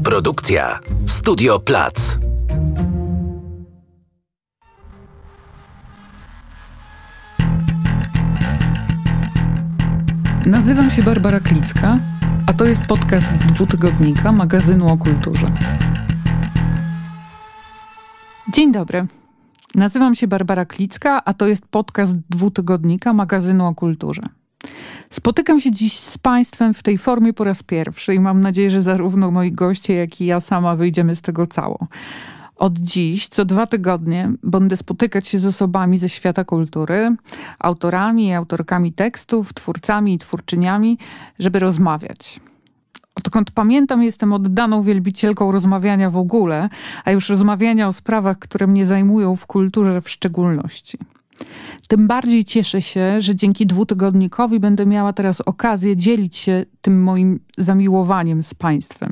Produkcja Studio Plac. Nazywam się Barbara Klicka, a to jest podcast Dwutygodnika, magazynu o kulturze. Dzień dobry. Nazywam się Barbara Klicka, a to jest podcast Dwutygodnika, magazynu o kulturze. Spotykam się dziś z Państwem w tej formie po raz pierwszy i mam nadzieję, że zarówno moi goście, jak i ja sama wyjdziemy z tego cało. Od dziś, co 2 tygodnie, będę spotykać się z osobami ze świata kultury, autorami i autorkami tekstów, twórcami i twórczyniami, żeby rozmawiać. Odkąd pamiętam, jestem oddaną wielbicielką rozmawiania w ogóle, a już rozmawiania o sprawach, które mnie zajmują w kulturze w szczególności. Tym bardziej cieszę się, że dzięki Dwutygodnikowi będę miała teraz okazję dzielić się tym moim zamiłowaniem z Państwem.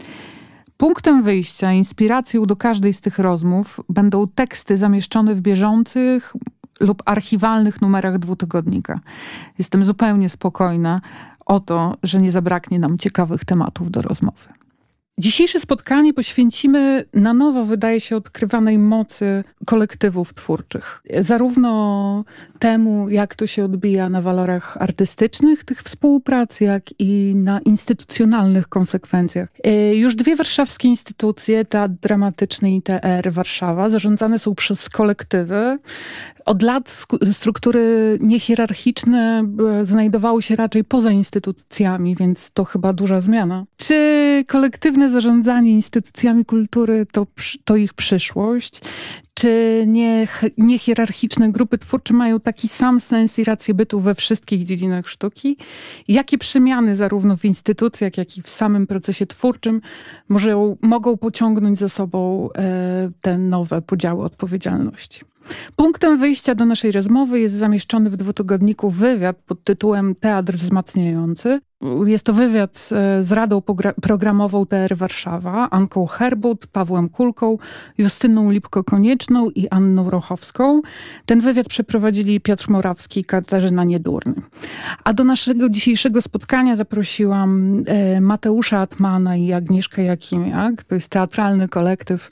Punktem wyjścia, inspiracją do każdej z tych rozmów będą teksty zamieszczone w bieżących lub archiwalnych numerach Dwutygodnika. Jestem zupełnie spokojna o to, że nie zabraknie nam ciekawych tematów do rozmowy. Dzisiejsze spotkanie poświęcimy na nowo, wydaje się, odkrywanej mocy kolektywów twórczych. Zarówno temu, jak to się odbija na walorach artystycznych tych współprac, jak i na instytucjonalnych konsekwencjach. Już 2 warszawskie instytucje, Teatr Dramatyczny i TR Warszawa, zarządzane są przez kolektywy. Od lat struktury niehierarchiczne znajdowały się raczej poza instytucjami, więc to chyba duża zmiana. Czy kolektywne zarządzanie instytucjami kultury to ich przyszłość? Czy niehierarchiczne grupy twórcze mają taki sam sens i rację bytu we wszystkich dziedzinach sztuki? Jakie przemiany zarówno w instytucjach, jak i w samym procesie twórczym mogą pociągnąć za sobą te nowe podziały odpowiedzialności? Punktem wyjścia do naszej rozmowy jest zamieszczony w Dwutygodniku wywiad pod tytułem Teatr wzmacniający. Jest to wywiad z Radą Programową TR Warszawa, Anką Herbut, Pawłem Kulką, Justyną Lipko-Konieczną i Anną Rochowską. Ten wywiad przeprowadzili Piotr Morawski i Katarzyna Niedurny. A do naszego dzisiejszego spotkania zaprosiłam Mateusza Atmana i Agnieszkę Jakimiak. To jest teatralny kolektyw,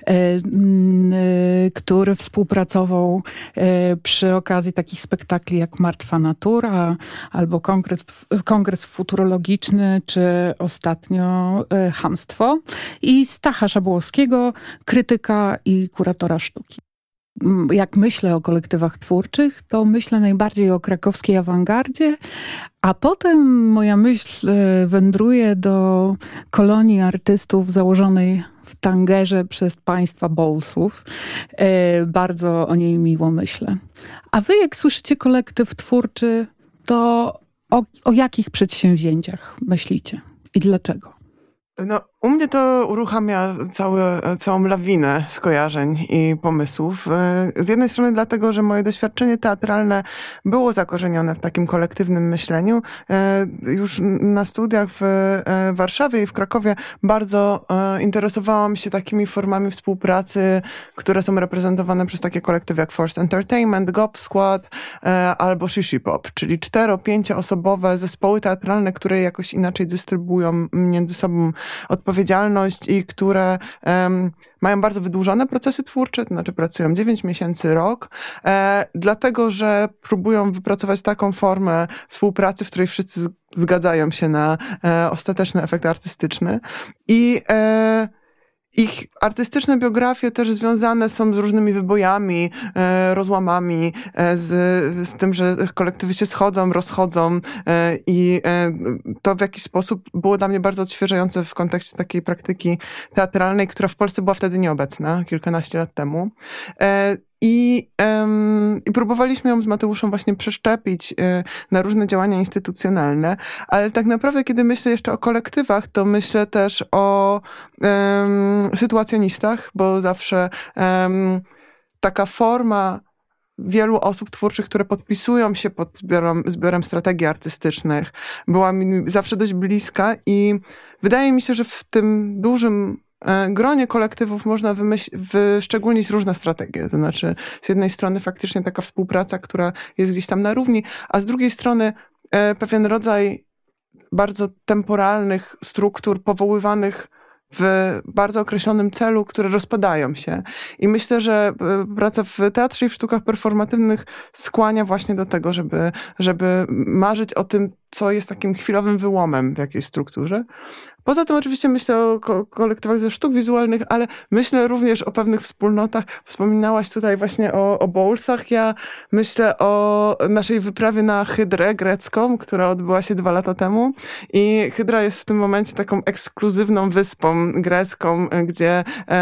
który współpracował przy okazji takich spektakli jak Martwa Natura albo Kongres Futurologiczny, czy ostatnio Chamstwo, i Stacha Szabłowskiego, krytyka i kuratora sztuki. Jak myślę o kolektywach twórczych, to myślę najbardziej o krakowskiej awangardzie, a potem moja myśl wędruje do kolonii artystów założonej w Tangerze przez państwa Bolsów. Bardzo o niej miło myślę. A wy, jak słyszycie kolektyw twórczy, to o jakich przedsięwzięciach myślicie i dlaczego? No, u mnie to uruchamia całą lawinę skojarzeń i pomysłów. Z jednej strony dlatego, że moje doświadczenie teatralne było zakorzenione w takim kolektywnym myśleniu. Już na studiach w Warszawie i w Krakowie bardzo interesowałam się takimi formami współpracy, które są reprezentowane przez takie kolektywy jak Forced Entertainment, Gob Squad albo Shishi Pop, czyli 4-5 osobowe zespoły teatralne, które jakoś inaczej dystrybuują między sobą odpowiedzialność i które mają bardzo wydłużone procesy twórcze, to znaczy pracują 9 miesięcy, rok, dlatego, że próbują wypracować taką formę współpracy, w której wszyscy zgadzają się na ostateczny efekt artystyczny. I ich artystyczne biografie też związane są z różnymi wybojami, rozłamami, z tym, że kolektywy się schodzą, rozchodzą i to w jakiś sposób było dla mnie bardzo odświeżające w kontekście takiej praktyki teatralnej, która w Polsce była wtedy nieobecna, kilkanaście lat temu. I próbowaliśmy ją z Mateuszem właśnie przeszczepić na różne działania instytucjonalne, ale tak naprawdę, kiedy myślę jeszcze o kolektywach, to myślę też o sytuacjonistach, bo zawsze taka forma wielu osób twórczych, które podpisują się pod zbiorem strategii artystycznych, była mi zawsze dość bliska i wydaje mi się, że w tym dużym gronie kolektywów można wyszczególnić różne strategie. To znaczy, z jednej strony faktycznie taka współpraca, która jest gdzieś tam na równi, a z drugiej strony pewien rodzaj bardzo temporalnych struktur powoływanych w bardzo określonym celu, które rozpadają się. I myślę, że praca w teatrze i w sztukach performatywnych skłania właśnie do tego, żeby marzyć o tym, co jest takim chwilowym wyłomem w jakiejś strukturze. Poza tym oczywiście myślę o kolektywach ze sztuk wizualnych, ale myślę również o pewnych wspólnotach. Wspominałaś tutaj właśnie o Bowlsach. Ja myślę o naszej wyprawie na Hydrę grecką, która odbyła się 2 lata temu. I Hydra jest w tym momencie taką ekskluzywną wyspą grecką, gdzie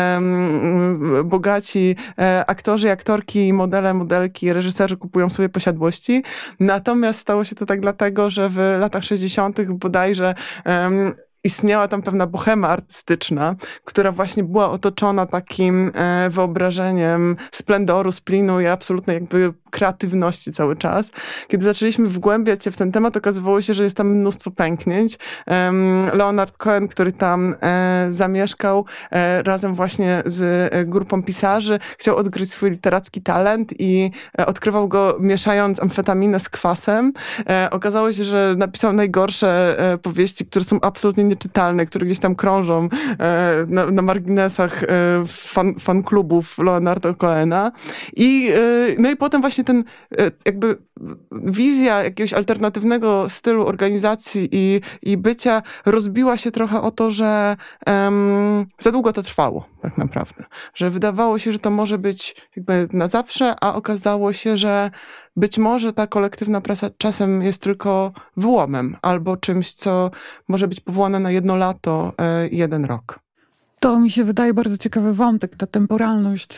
bogaci aktorzy, aktorki, modele, modelki, reżyserzy kupują sobie posiadłości. Natomiast stało się to tak dlatego, że w latach 60. bodajże istniała tam pewna bohema artystyczna, która właśnie była otoczona takim wyobrażeniem splendoru, splinu i absolutnej jakby kreatywności cały czas. Kiedy zaczęliśmy wgłębiać się w ten temat, okazywało się, że jest tam mnóstwo pęknięć. Leonard Cohen, który tam zamieszkał razem właśnie z grupą pisarzy, chciał odkryć swój literacki talent i odkrywał go mieszając amfetaminę z kwasem. Okazało się, że napisał najgorsze powieści, które są absolutnie nieczytalne, które gdzieś tam krążą na marginesach fan klubów Leonarda Cohena. No i potem właśnie ten jakby wizja jakiegoś alternatywnego stylu organizacji i bycia rozbiła się trochę o to, że za długo to trwało tak naprawdę. Że wydawało się, że to może być jakby na zawsze, a okazało się, że być może ta kolektywna praca czasem jest tylko wyłomem albo czymś, co może być powołane na 1 lato, 1 rok. To mi się wydaje bardzo ciekawy wątek, ta temporalność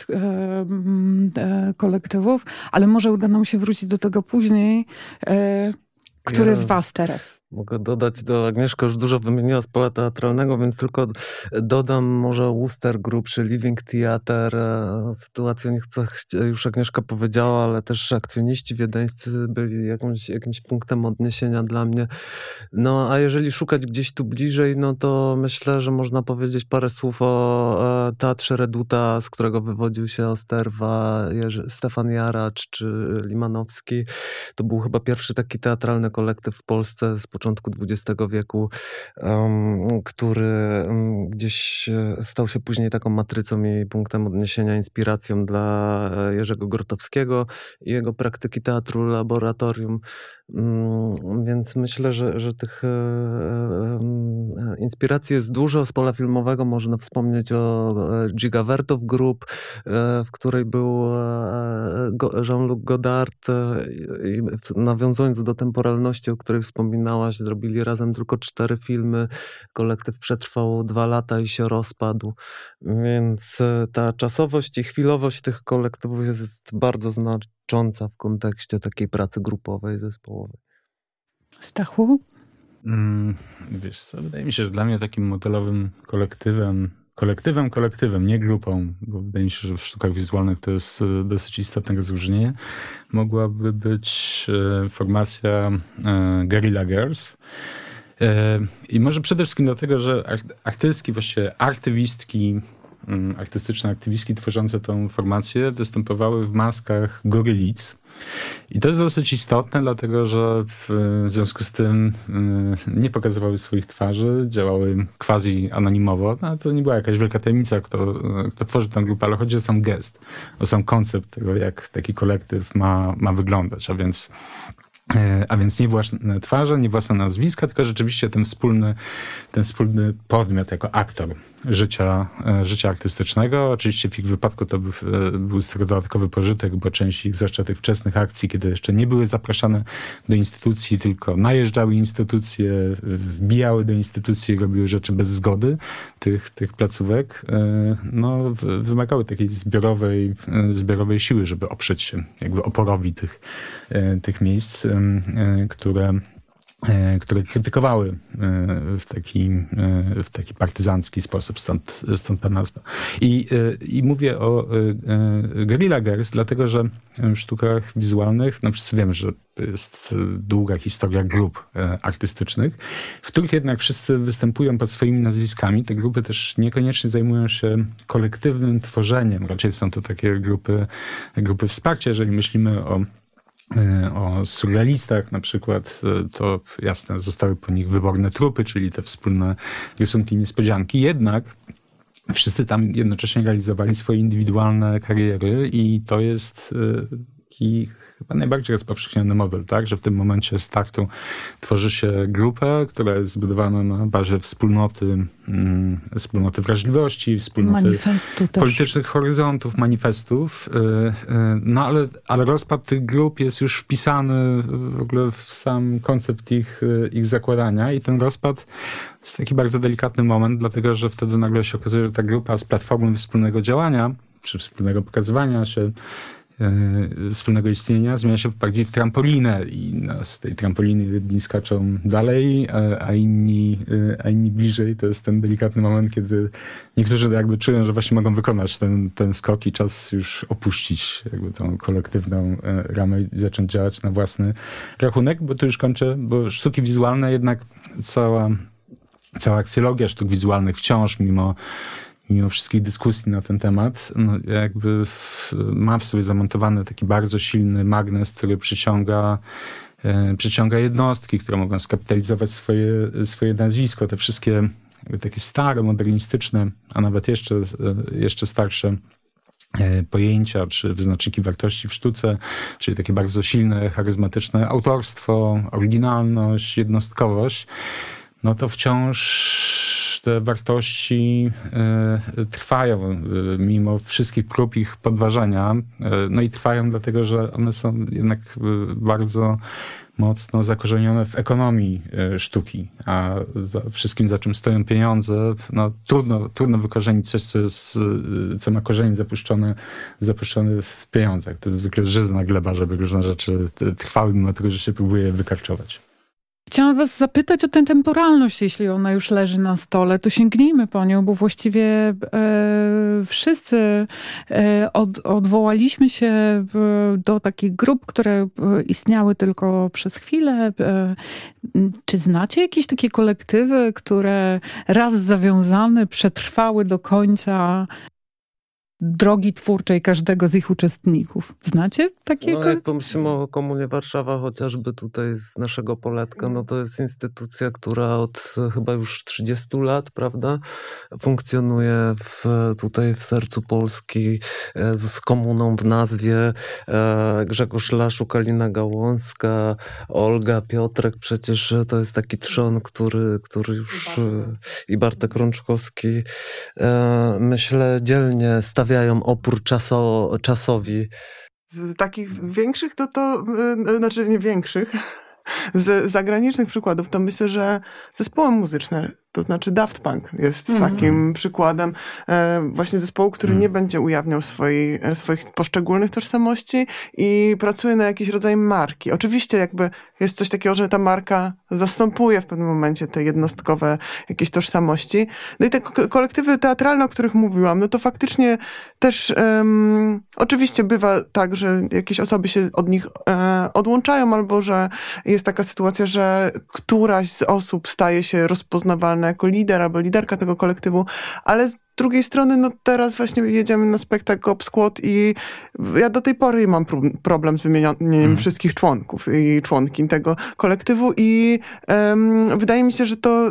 kolektywów, ale może uda nam się wrócić do tego później. Który z was teraz? Mogę dodać, Agnieszka już dużo wymieniła z pola teatralnego, więc tylko dodam może Wooster Group czy Living Theatre. Sytuację nie chcę, już Agnieszka powiedziała, ale też akcjoniści wiedeńscy byli jakimś punktem odniesienia dla mnie. No a jeżeli szukać gdzieś tu bliżej, no to myślę, że można powiedzieć parę słów o Teatrze Reduta, z którego wywodził się Osterwa, Stefan Jaracz czy Limanowski. To był chyba pierwszy taki teatralny kolektyw w Polsce z początku XX wieku, który gdzieś stał się później taką matrycą i punktem odniesienia, inspiracją dla Jerzego Grotowskiego i jego praktyki teatru laboratorium. Więc myślę, że tych inspiracji jest dużo. Z pola filmowego można wspomnieć o Gigavertov Group, w której był Jean-Luc Godard. I nawiązując do temporalności, o której wspominałaś, zrobili razem tylko 4 filmy. Kolektyw przetrwał 2 lata i się rozpadł. Więc ta czasowość i chwilowość tych kolektywów jest bardzo znacząca w kontekście takiej pracy grupowej, zespołowej. Stachu? Wiesz co, wydaje mi się, że dla mnie takim modelowym kolektywem, nie grupą, bo wydaje mi się, że w sztukach wizualnych to jest dosyć istotne rozróżnienie, mogłaby być formacja Guerrilla Girls. I może przede wszystkim dlatego, że artystyczne aktywistki tworzące tą formację występowały w maskach gorylic. I to jest dosyć istotne, dlatego że w związku z tym nie pokazywały swoich twarzy, działały quasi-anonimowo. No, to nie była jakaś wielka tajemnica, kto tworzy tę grupę, ale chodzi o sam gest, o sam koncept tego, jak taki kolektyw ma wyglądać, a więc nie własne twarze, nie własne nazwiska, tylko rzeczywiście ten wspólny podmiot jako aktor życia artystycznego. Oczywiście w ich wypadku to był z tego dodatkowy pożytek, bo część ich, zwłaszcza tych wczesnych akcji, kiedy jeszcze nie były zapraszane do instytucji, tylko najeżdżały instytucje, wbijały do instytucji i robiły rzeczy bez zgody tych placówek, no, wymagały takiej zbiorowej siły, żeby oprzeć się jakby oporowi tych miejsc, które krytykowały w taki partyzancki sposób, stąd ta nazwa. I mówię o Guerrilla Girls, dlatego że w sztukach wizualnych, no wszyscy wiemy, że to jest długa historia grup artystycznych, w których jednak wszyscy występują pod swoimi nazwiskami. Te grupy też niekoniecznie zajmują się kolektywnym tworzeniem. Raczej są to takie grupy wsparcia, jeżeli myślimy o o surrealistach na przykład, to jasne, zostały po nich wyborne trupy, czyli te wspólne rysunki niespodzianki. Jednak wszyscy tam jednocześnie realizowali swoje indywidualne kariery i to jest chyba najbardziej rozpowszechniony model, tak? Że w tym momencie startu tworzy się grupę, która jest zbudowana na bazie wspólnoty wrażliwości, wspólnoty politycznych horyzontów, manifestów. No ale rozpad tych grup jest już wpisany w ogóle w sam koncept ich zakładania i ten rozpad jest taki bardzo delikatny moment, dlatego że wtedy nagle się okazuje, że ta grupa z platformy wspólnego działania, czy wspólnego pokazywania się, wspólnego istnienia zmienia się bardziej w trampolinę i z tej trampoliny jedni skaczą dalej, a inni bliżej. To jest ten delikatny moment, kiedy niektórzy jakby czują, że właśnie mogą wykonać ten skok i czas już opuścić jakby tą kolektywną ramę i zacząć działać na własny rachunek, bo tu już kończę, bo sztuki wizualne jednak cała aksjologia sztuk wizualnych wciąż mimo wszystkich dyskusji na ten temat, no jakby ma w sobie zamontowany taki bardzo silny magnes, który przyciąga jednostki, które mogą skapitalizować swoje nazwisko. Te wszystkie jakby takie stare, modernistyczne, a nawet jeszcze starsze pojęcia czy wyznaczniki wartości w sztuce, czyli takie bardzo silne, charyzmatyczne autorstwo, oryginalność, jednostkowość, no to wciąż te wartości trwają mimo wszystkich prób ich podważania. No i trwają dlatego, że one są jednak bardzo mocno zakorzenione w ekonomii sztuki, a za wszystkim, za czym stoją pieniądze, no trudno wykorzenić coś, co ma korzenie zapuszczone w pieniądzach. To jest zwykle żyzna gleba, żeby różne rzeczy trwały, mimo tego, że się próbuje wykarczować. Chciałam was zapytać o tę temporalność, jeśli ona już leży na stole, to sięgnijmy po nią, bo właściwie wszyscy odwołaliśmy się do takich grup, które istniały tylko przez chwilę. Czy znacie jakieś takie kolektywy, które raz zawiązane przetrwały do końca drogi twórczej każdego z ich uczestników? Znacie takie? No, jak pomyślimy o Komunie Warszawa, chociażby tutaj z naszego poletka, no to jest instytucja, która od chyba już 30 lat, prawda, funkcjonuje tutaj w sercu Polski, z komuną w nazwie. Grzegorz Laszuk, Alina Gałązka, Olga, Piotrek, przecież to jest taki trzon, który już i Bartek Rączkowski, myślę, dzielnie stawiają opór czasowi. Z takich większych znaczy nie większych, z zagranicznych przykładów, to myślę, że zespoły muzyczne, to znaczy Daft Punk jest takim przykładem właśnie zespołu, który nie będzie ujawniał swoich poszczególnych tożsamości i pracuje na jakiś rodzaj marki. Oczywiście jakby jest coś takiego, że ta marka zastępuje w pewnym momencie te jednostkowe jakieś tożsamości. No i te kolektywy teatralne, o których mówiłam, no to faktycznie też oczywiście bywa tak, że jakieś osoby się od nich odłączają, albo że jest taka sytuacja, że któraś z osób staje się rozpoznawalna jako lider albo liderka tego kolektywu, ale z drugiej strony, no teraz właśnie jedziemy na spektakl Gob Squad i ja do tej pory mam problem z wymienieniem wszystkich członków i członkiń tego kolektywu i wydaje mi się, że to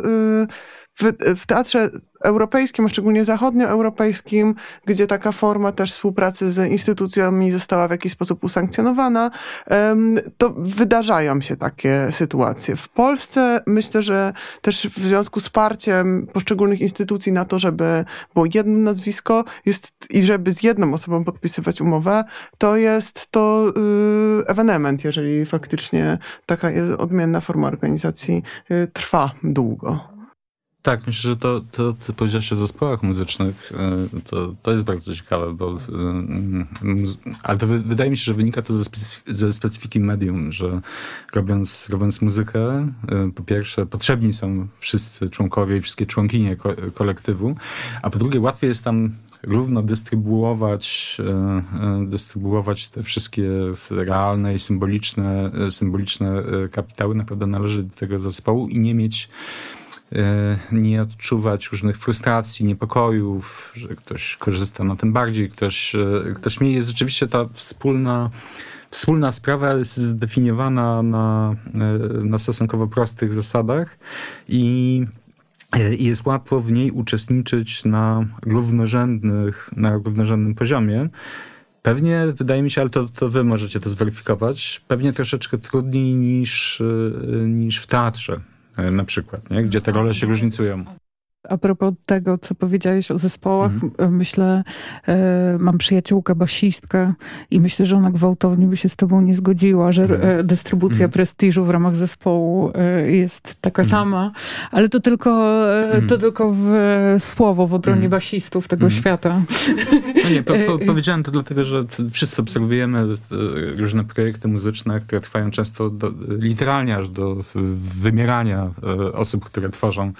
w teatrze europejskim, a szczególnie zachodnioeuropejskim, gdzie taka forma też współpracy z instytucjami została w jakiś sposób usankcjonowana, to wydarzają się takie sytuacje. W Polsce myślę, że też w związku z wsparciem poszczególnych instytucji na to, żeby było jedno nazwisko i żeby z jedną osobą podpisywać umowę, to jest to ewenement, jeżeli faktycznie taka odmienna forma organizacji trwa długo. Tak, myślę, że to ty powiedziałeś o zespołach muzycznych, to jest bardzo ciekawe, ale to wydaje mi się, że wynika to ze specyfiki medium, że robiąc muzykę, po pierwsze potrzebni są wszyscy członkowie i wszystkie członkinie kolektywu, a po drugie łatwiej jest tam równo dystrybuować te wszystkie realne i symboliczne kapitały, naprawdę należy do tego zespołu i nie odczuwać różnych frustracji, niepokojów, że ktoś korzysta na tym bardziej, ktoś mniej. Jest rzeczywiście ta wspólna sprawa jest zdefiniowana na stosunkowo prostych zasadach i jest łatwo w niej uczestniczyć na równorzędnym poziomie. Pewnie, wydaje mi się, ale to wy możecie to zweryfikować, pewnie troszeczkę trudniej niż w teatrze na przykład, nie? Gdzie te role się różnicują. A propos tego, co powiedziałeś o zespołach, myślę, mam przyjaciółkę basistkę i myślę, że ona gwałtownie by się z tobą nie zgodziła, że dystrybucja prestiżu w ramach zespołu jest taka sama, ale to tylko w słowo w obronie basistów tego świata. No nie, powiedziałem to dlatego, że wszyscy obserwujemy różne projekty muzyczne, które trwają często literalnie aż do wymierania osób, które tworzą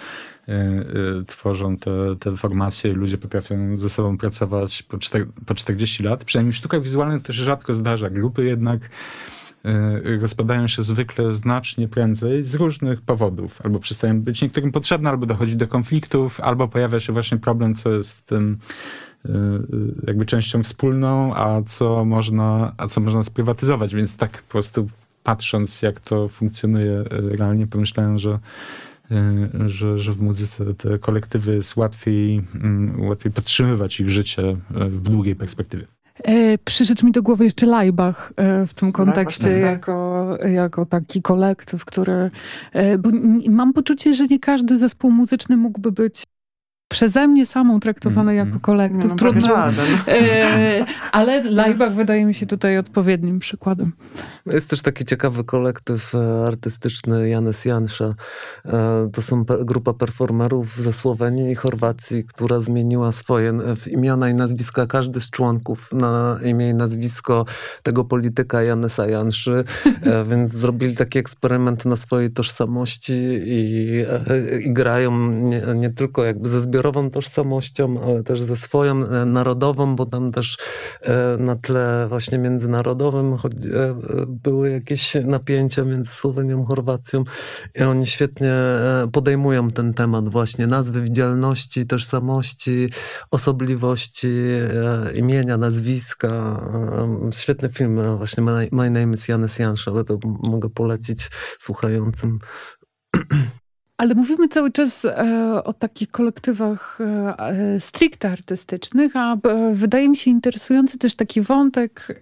te formacje i ludzie potrafią ze sobą pracować po 40 lat. Przynajmniej w sztukach wizualnych to się rzadko zdarza. Grupy jednak rozpadają się zwykle znacznie prędzej z różnych powodów. Albo przestają być niektórym potrzebne, albo dochodzi do konfliktów, albo pojawia się właśnie problem, co jest tym jakby częścią wspólną, a co można sprywatyzować. Więc tak po prostu patrząc, jak to funkcjonuje realnie, pomyślałem, że w muzyce te kolektywy jest łatwiej podtrzymywać ich życie w długiej perspektywie. Przyszedł mi do głowy jeszcze Laibach w tym kontekście jako taki kolektyw, który... Bo mam poczucie, że nie każdy zespół muzyczny mógłby być przeze mnie samą traktowany jako kolektyw. Trudno. Ale Laibach wydaje mi się tutaj odpowiednim przykładem. Jest też taki ciekawy kolektyw artystyczny Janez Janša. To są grupa performerów ze Słowenii i Chorwacji, która zmieniła swoje imiona i nazwiska. Każdy z członków na imię i nazwisko tego polityka Janeza Janszy. Więc zrobili taki eksperyment na swojej tożsamości i grają nie tylko jakby ze zbiorową tożsamością, ale też ze swoją narodową, bo tam też na tle właśnie międzynarodowym były jakieś napięcia między Słowenią a Chorwacją i oni świetnie podejmują ten temat właśnie nazwy, widzialności, tożsamości, osobliwości, imienia, nazwiska. Świetny film właśnie My Name is Janez Janša, ale to mogę polecić słuchającym. Ale mówimy cały czas o takich kolektywach stricte artystycznych, a wydaje mi się interesujący też taki wątek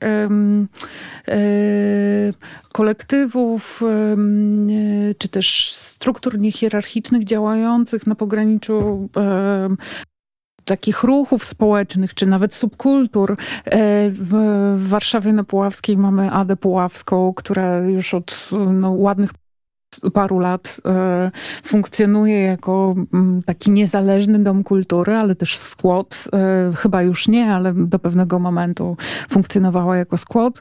kolektywów, czy też struktur niehierarchicznych działających na pograniczu takich ruchów społecznych, czy nawet subkultur. W Warszawie na Puławskiej mamy Adę Puławską, która już od ładnych paru lat funkcjonuje jako taki niezależny dom kultury, ale też skład. Chyba już nie, ale do pewnego momentu funkcjonowała jako skład.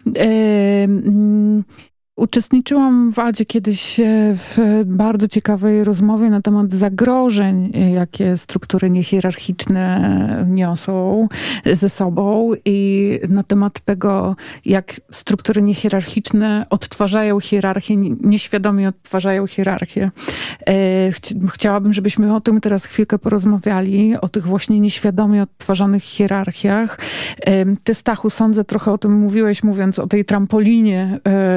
Uczestniczyłam w Adzie kiedyś w bardzo ciekawej rozmowie na temat zagrożeń, jakie struktury niehierarchiczne niosą ze sobą i na temat tego, jak struktury niehierarchiczne odtwarzają hierarchię, nieświadomie odtwarzają hierarchię. Chciałabym, żebyśmy o tym teraz chwilkę porozmawiali, o tych właśnie nieświadomie odtwarzanych hierarchiach. Ty, Stachu, sądzę, trochę o tym mówiłeś, mówiąc o tej trampolinie,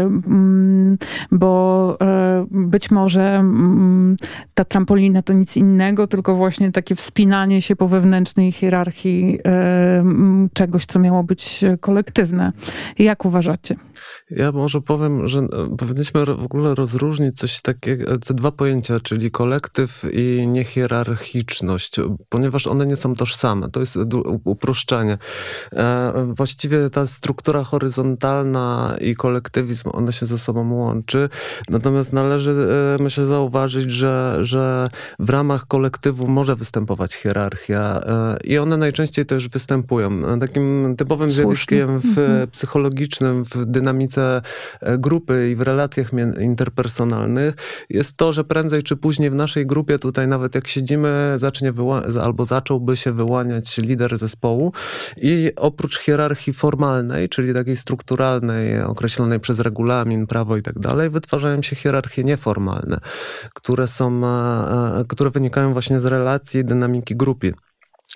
bo być może ta trampolina to nic innego, tylko właśnie takie wspinanie się po wewnętrznej hierarchii czegoś, co miało być kolektywne. Jak uważacie? Ja może powiem, że powinniśmy w ogóle rozróżnić coś takiego, te dwa pojęcia, czyli kolektyw i niehierarchiczność, ponieważ one nie są tożsame. To jest uproszczenie. Właściwie ta struktura horyzontalna i kolektywizm, one się ze sobą łączy. Natomiast należy, myślę, zauważyć, że w ramach kolektywu może występować hierarchia i one najczęściej też występują. Takim typowym zjawiskiem psychologicznym, w dynamice grupy i w relacjach interpersonalnych jest to, że prędzej czy później w naszej grupie, tutaj nawet jak siedzimy, albo zacząłby się wyłaniać lider zespołu i oprócz hierarchii formalnej, czyli takiej strukturalnej, określonej przez regulamin, prawo i tak dalej, wytwarzają się hierarchie nieformalne, które wynikają właśnie z relacji i dynamiki grupy.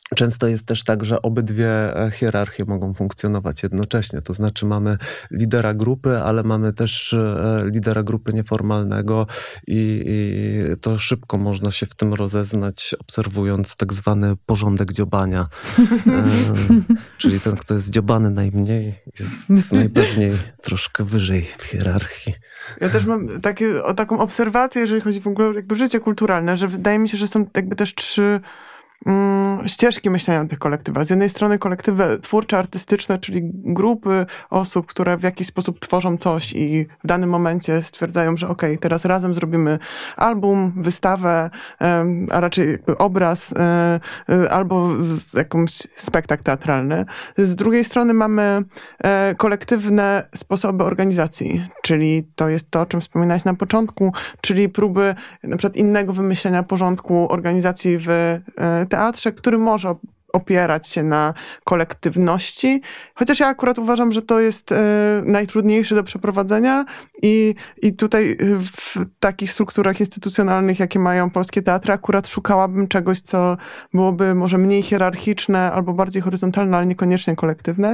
Często jest też tak, że obydwie hierarchie mogą funkcjonować jednocześnie. To znaczy mamy lidera grupy, ale mamy też lidera grupy nieformalnego i to szybko można się w tym rozeznać, obserwując tak zwany porządek dziobania. Czyli ten, kto jest dziobany najmniej, jest najpewniej troszkę wyżej w hierarchii. Ja też mam taką obserwację, jeżeli chodzi w ogóle jakby życie kulturalne, że wydaje mi się, że są jakby też trzy ścieżki myślenia o tych kolektywach. Z jednej strony kolektywy twórcze, artystyczne, czyli grupy osób, które w jakiś sposób tworzą coś i w danym momencie stwierdzają, że okej, teraz razem zrobimy album, wystawę, a raczej jakby obraz albo jakąś spektakl teatralny. Z drugiej strony mamy kolektywne sposoby organizacji, czyli to jest to, o czym wspominałeś na początku, czyli próby na przykład innego wymyślenia porządku organizacji w teatrze, który może opierać się na kolektywności. Chociaż ja akurat uważam, że to jest najtrudniejsze do przeprowadzenia i tutaj w takich strukturach instytucjonalnych, jakie mają polskie teatry, akurat szukałabym czegoś, co byłoby może mniej hierarchiczne albo bardziej horyzontalne, ale niekoniecznie kolektywne.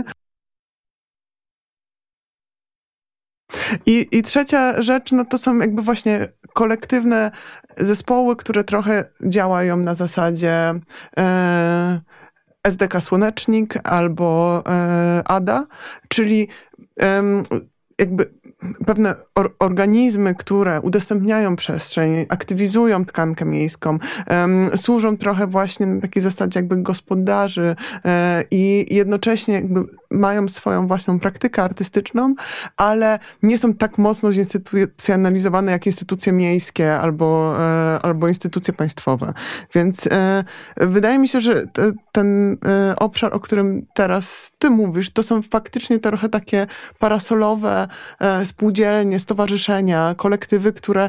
I trzecia rzecz, no to są jakby właśnie kolektywne zespoły, które trochę działają na zasadzie SDK Słonecznik albo ADA, czyli jakby pewne organizmy, które udostępniają przestrzeń, aktywizują tkankę miejską, służą trochę właśnie na takiej zasadzie jakby gospodarzy i jednocześnie jakby mają swoją własną praktykę artystyczną, ale nie są tak mocno zinstytucjonalizowane jak instytucje miejskie albo instytucje państwowe. Więc wydaje mi się, że ten obszar, o którym teraz ty mówisz, to są faktycznie trochę takie parasolowe spółdzielnie, stowarzyszenia, kolektywy, które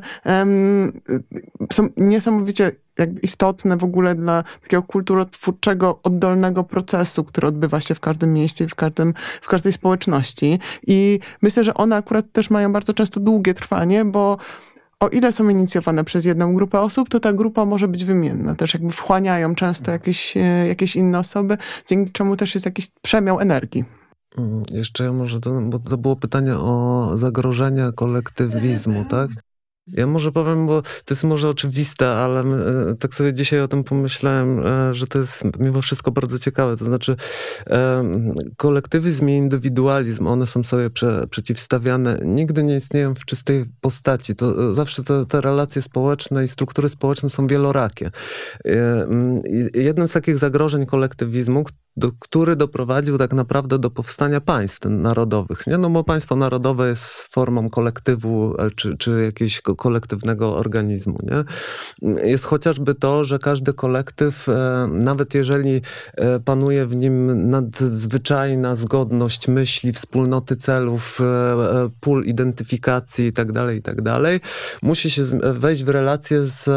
są niesamowicie jakby istotne w ogóle dla takiego kulturotwórczego, oddolnego procesu, który odbywa się w każdym mieście i w każdej społeczności. I myślę, że one akurat też mają bardzo często długie trwanie, bo o ile są inicjowane przez jedną grupę osób, to ta grupa może być wymienna. Też jakby wchłaniają często jakieś inne osoby, dzięki czemu też jest jakiś przemiał energii. Jeszcze może bo to było pytanie o zagrożenia kolektywizmu, tak? Ja może powiem, bo to jest może oczywiste, ale tak sobie dzisiaj o tym pomyślałem, że to jest mimo wszystko bardzo ciekawe. To znaczy kolektywizm i indywidualizm, one są sobie przeciwstawiane, nigdy nie istnieją w czystej postaci. To zawsze te relacje społeczne i struktury społeczne są wielorakie. Jednym z takich zagrożeń kolektywizmu, który doprowadził tak naprawdę do powstania państw narodowych. Nie? No bo państwo narodowe jest formą kolektywu czy jakiegoś kolektywnego organizmu. Nie? Jest chociażby to, że każdy kolektyw, nawet jeżeli panuje w nim nadzwyczajna zgodność myśli, wspólnoty celów, pól identyfikacji itd., musi się wejść w relacje z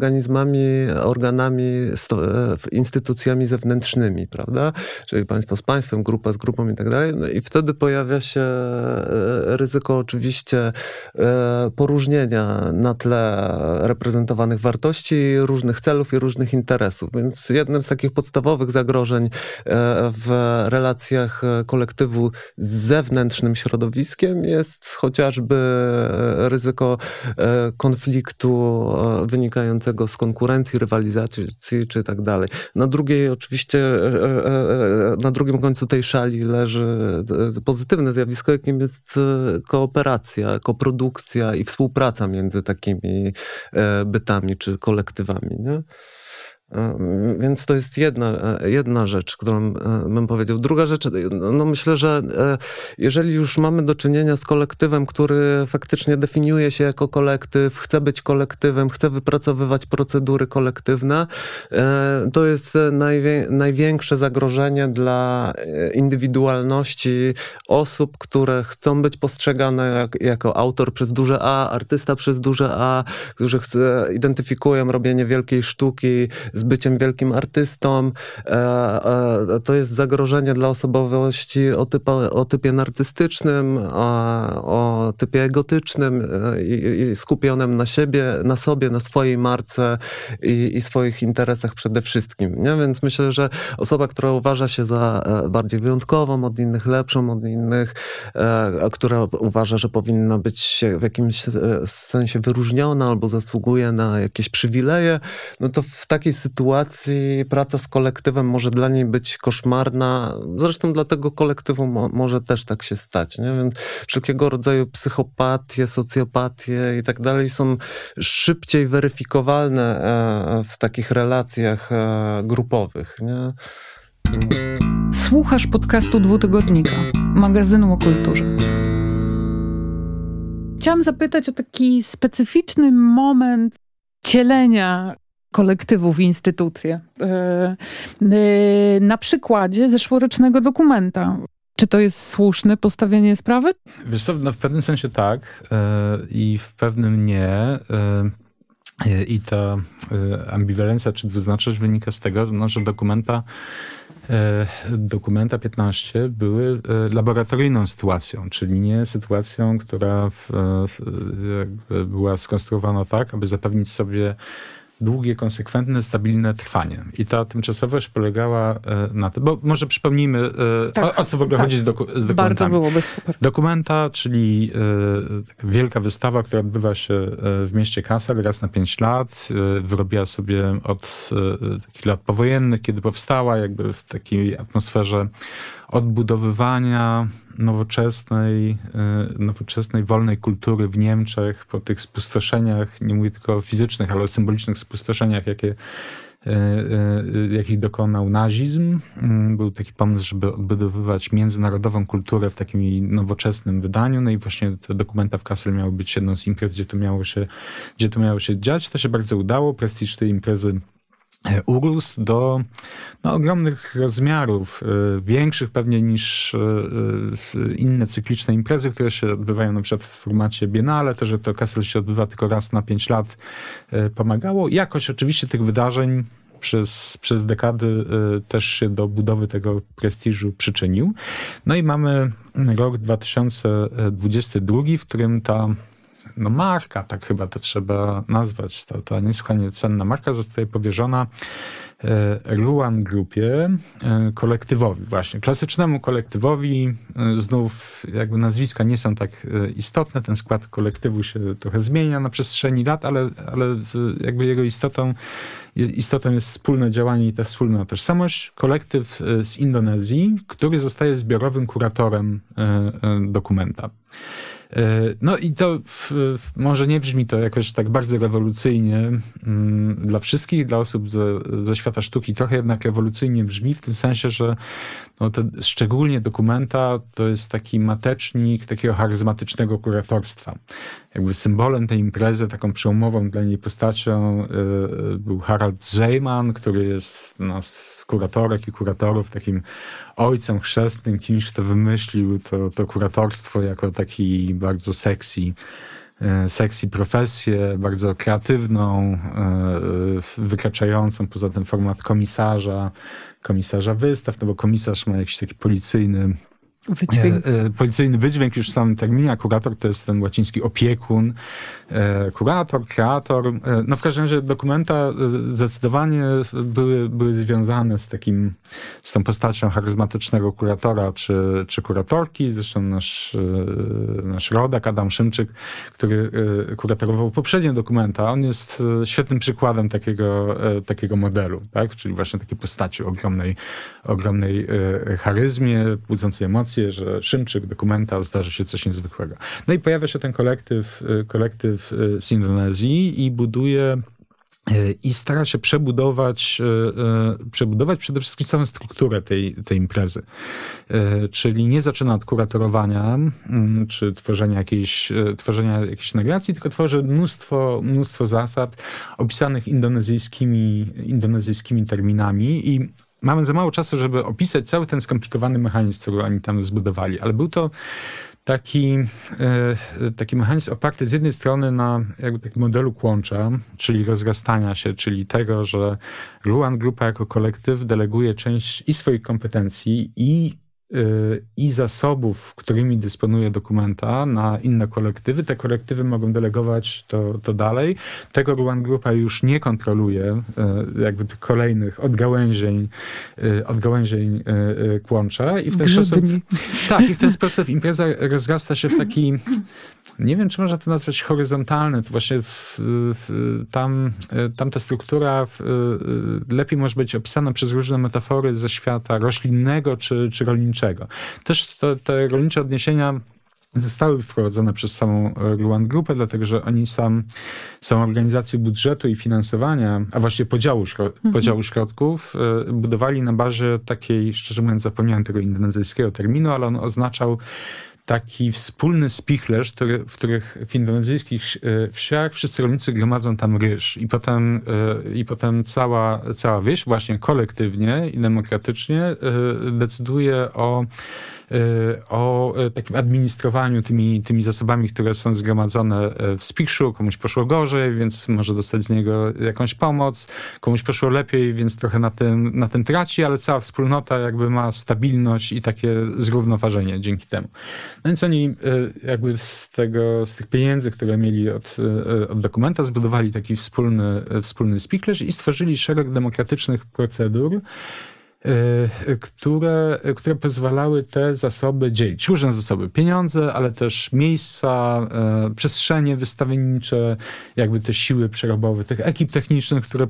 organami, instytucjami zewnętrznymi, prawda? Czyli państwo z państwem, grupa z grupą i tak dalej. No i wtedy pojawia się ryzyko oczywiście poróżnienia na tle reprezentowanych wartości, różnych celów i różnych interesów. Więc jednym z takich podstawowych zagrożeń w relacjach kolektywu z zewnętrznym środowiskiem jest chociażby ryzyko konfliktu wynikającego z konkurencji, rywalizacji czy tak dalej. Na drugiej oczywiście na drugim końcu tej szali leży pozytywne zjawisko, jakim jest kooperacja, koprodukcja i współpraca między takimi bytami czy kolektywami. Nie? Więc to jest jedna rzecz, którą bym powiedział. Druga rzecz, no myślę, że jeżeli już mamy do czynienia z kolektywem, który faktycznie definiuje się jako kolektyw, chce być kolektywem, chce wypracowywać procedury kolektywne, to jest największe zagrożenie dla indywidualności osób, które chcą być postrzegane jako autor przez duże A, artysta przez duże A, którzy identyfikują robienie wielkiej sztuki z byciem wielkim artystą. To jest zagrożenie dla osobowości o typie narcystycznym, o typie egotycznym i skupionym na siebie, na sobie, na swojej marce i swoich interesach przede wszystkim. Nie? Więc myślę, że osoba, która uważa się za bardziej wyjątkową od innych, lepszą od innych, która uważa, że powinna być w jakimś sensie wyróżniona albo zasługuje na jakieś przywileje, no to w takiej sytuacji praca z kolektywem może dla niej być koszmarna. Zresztą dla tego kolektywu może też tak się stać. Nie? Więc wszelkiego rodzaju psychopatie, socjopatie i tak dalej są szybciej weryfikowalne w takich relacjach grupowych. Nie? Słuchasz podcastu Dwutygodnika, magazynu o kulturze. Chciałam zapytać o taki specyficzny moment wcielenia kolektywu w instytucje. Na przykładzie zeszłorocznego Dokumenta. Czy to jest słuszne postawienie sprawy? Wiesz co, no w pewnym sensie tak i w pewnym nie. I ta ambiwalencja czy dwuznaczność wynika z tego, no, że Dokumenta 15 były laboratoryjną sytuacją, czyli nie sytuacją, która była skonstruowana tak, aby zapewnić sobie długie, konsekwentne, stabilne trwanie. I ta tymczasowość polegała na tym, bo może przypomnijmy, o co w ogóle chodzi z dokumentami. Bardzo byłoby super. Dokumenta, czyli wielka wystawa, która odbywa się w mieście Kassel raz na 5 lat. Wyrobiła sobie od takich lat powojennych, kiedy powstała, jakby w takiej atmosferze odbudowywania nowoczesnej, wolnej kultury w Niemczech po tych spustoszeniach, nie mówię tylko o fizycznych, ale o symbolicznych spustoszeniach, jakich dokonał nazizm. Był taki pomysł, żeby odbudowywać międzynarodową kulturę w takim jej nowoczesnym wydaniu. No i właśnie te Dokumenta w Kassel miały być jedną z imprez, gdzie to miało się dziać. To się bardzo udało. Prestiż tej imprezy urósł do ogromnych rozmiarów, większych pewnie niż inne cykliczne imprezy, które się odbywają na przykład w formacie biennale. To, że to Kassel się odbywa tylko raz na 5 lat pomagało. Jakoś oczywiście tych wydarzeń przez dekady też się do budowy tego prestiżu przyczynił. No i mamy rok 2022, w którym ta marka, tak chyba to trzeba nazwać, ta niesłychanie cenna marka zostaje powierzona Ruan Grupie, kolektywowi właśnie, klasycznemu kolektywowi. Znów jakby nazwiska nie są tak istotne, ten skład kolektywu się trochę zmienia na przestrzeni lat, ale jakby jego istotą jest wspólne działanie i ta wspólna tożsamość. Kolektyw z Indonezji, który zostaje zbiorowym kuratorem Dokumenta. No i to może nie brzmi to jakoś tak bardzo rewolucyjnie dla wszystkich, dla osób ze świata sztuki trochę jednak rewolucyjnie brzmi, w tym sensie, że to szczególnie Dokumenta to jest taki matecznik takiego charyzmatycznego kuratorstwa. Jakby symbolem tej imprezy, taką przełomową dla niej postacią był Harald Zeeman, który jest z kuratorek i kuratorów takim ojcem chrzestnym, kimś, kto wymyślił to kuratorstwo jako taki bardzo sexy profesję, bardzo kreatywną, wykraczającą poza ten format komisarza wystaw, no bo komisarz ma jakiś taki policyjny wydźwięk już w samym terminie, a kurator to jest ten łaciński opiekun, kurator, kreator. No w każdym razie Dokumenta zdecydowanie były związane z tą postacią charyzmatycznego kuratora czy kuratorki. Zresztą nasz rodak Adam Szymczyk, który kuratorował poprzednie Dokumenta, on jest świetnym przykładem takiego modelu, tak? Czyli właśnie takiej postaci o ogromnej charyzmie, budzącej emocje, że Szymczyk, Dokumenta, zdarzy się coś niezwykłego. No i pojawia się ten kolektyw z Indonezji i buduje i stara się przebudować przede wszystkim całą strukturę tej imprezy. Czyli nie zaczyna od kuratorowania czy tworzenia jakiejś narracji, tylko tworzy mnóstwo zasad opisanych indonezyjskimi terminami i mamy za mało czasu, żeby opisać cały ten skomplikowany mechanizm, który oni tam zbudowali, ale był to taki mechanizm oparty z jednej strony na jakby takim modelu kłącza, czyli rozrastania się, czyli tego, że Luan Grupa jako kolektyw deleguje część i swoich kompetencji i zasobów, którymi dysponuje Documenta na inne kolektywy. Te kolektywy mogą delegować to dalej. Tego Luan Grupa już nie kontroluje jakby tych kolejnych odgałęzień kłącza. I w ten sposób, tak, i w ten sposób impreza rozrasta się w taki, nie wiem, czy można to nazwać horyzontalny, to właśnie tam ta struktura lepiej może być opisana przez różne metafory ze świata roślinnego czy rolniczego. Też te rolnicze odniesienia zostały wprowadzone przez samą Luan Grupę, dlatego że oni samą organizację budżetu i finansowania, a właściwie podziału środków budowali na bazie takiej, szczerze mówiąc zapomniałem tego indonezyjskiego terminu, ale on oznaczał taki wspólny spichlerz, w których w indonezyjskich wsiach wszyscy rolnicy gromadzą tam ryż. I potem cała wieś właśnie kolektywnie i demokratycznie decyduje o takim administrowaniu tymi zasobami, które są zgromadzone w spichrzu. Komuś poszło gorzej, więc może dostać z niego jakąś pomoc. Komuś poszło lepiej, więc trochę na tym traci, ale cała wspólnota jakby ma stabilność i takie zrównoważenie dzięki temu. No więc oni jakby z tych pieniędzy, które mieli od Documenta, zbudowali taki wspólny spichlerz i stworzyli szereg demokratycznych procedur, które pozwalały te zasoby dzielić. Różne zasoby. Pieniądze, ale też miejsca, przestrzenie wystawiennicze, jakby te siły przerobowe, tych ekip technicznych, które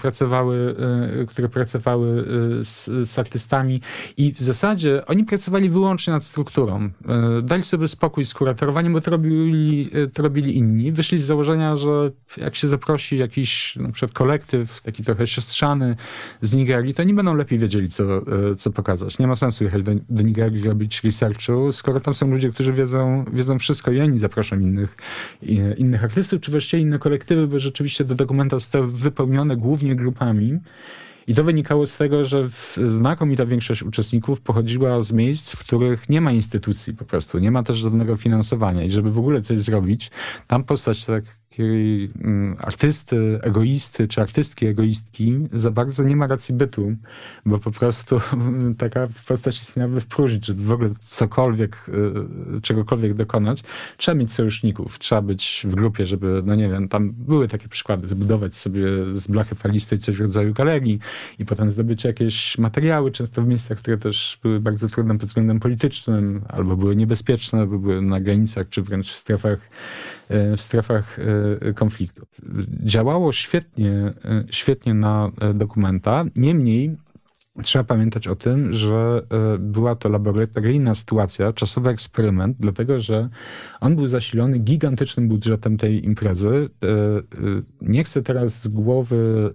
pracowały z artystami. I w zasadzie oni pracowali wyłącznie nad strukturą. Dali sobie spokój z kuratorowaniem, bo to robili inni. Wyszli z założenia, że jak się zaprosi jakiś na przykład kolektyw, taki trochę siostrzany z Nigerii, to oni będą lepiej wiedzieli, co pokazać. Nie ma sensu jechać do Nigerii, robić researchu, skoro tam są ludzie, którzy wiedzą wszystko i oni zapraszą innych artystów, czy właściwie inne kolektywy, bo rzeczywiście te Documenta zostały wypełnione głównie grupami. I to wynikało z tego, że znakomita większość uczestników pochodziła z miejsc, w których nie ma instytucji po prostu, nie ma też żadnego finansowania. I żeby w ogóle coś zrobić, tam postać takiej artysty, egoisty, czy artystki, egoistki za bardzo nie ma racji bytu, bo po prostu taka postać istniałaby w próżni, żeby w ogóle czegokolwiek dokonać. Trzeba mieć sojuszników, trzeba być w grupie, żeby, no nie wiem, tam były takie przykłady, zbudować sobie z blachy falistej coś w rodzaju galerii i potem zdobyć jakieś materiały, często w miejscach, które też były bardzo trudne pod względem politycznym, albo były niebezpieczne, albo były na granicach, czy wręcz w strefach konfliktu. Działało świetnie na Documenta, niemniej trzeba pamiętać o tym, że była to laboratoryjna sytuacja, czasowy eksperyment, dlatego że on był zasilony gigantycznym budżetem tej imprezy. Nie chcę teraz z głowy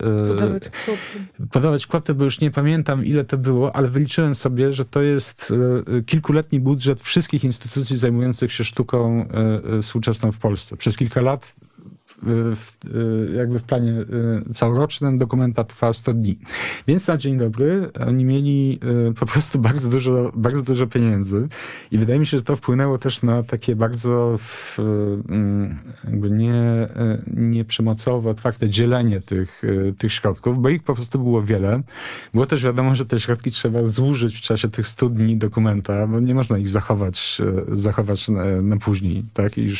podawać kwoty, bo już nie pamiętam, ile to było, ale wyliczyłem sobie, że to jest kilkuletni budżet wszystkich instytucji zajmujących się sztuką współczesną w Polsce. Przez kilka lat jakby w planie całorocznym Documenta trwa 100 dni. Więc na dzień dobry oni mieli po prostu bardzo dużo pieniędzy i wydaje mi się, że to wpłynęło też na takie bardzo jakby nie przemocowe, otwarte dzielenie tych środków, bo ich po prostu było wiele. Było też wiadomo, że te środki trzeba zużyć w czasie tych 100 dni Documenta, bo nie można ich zachować na później, tak? I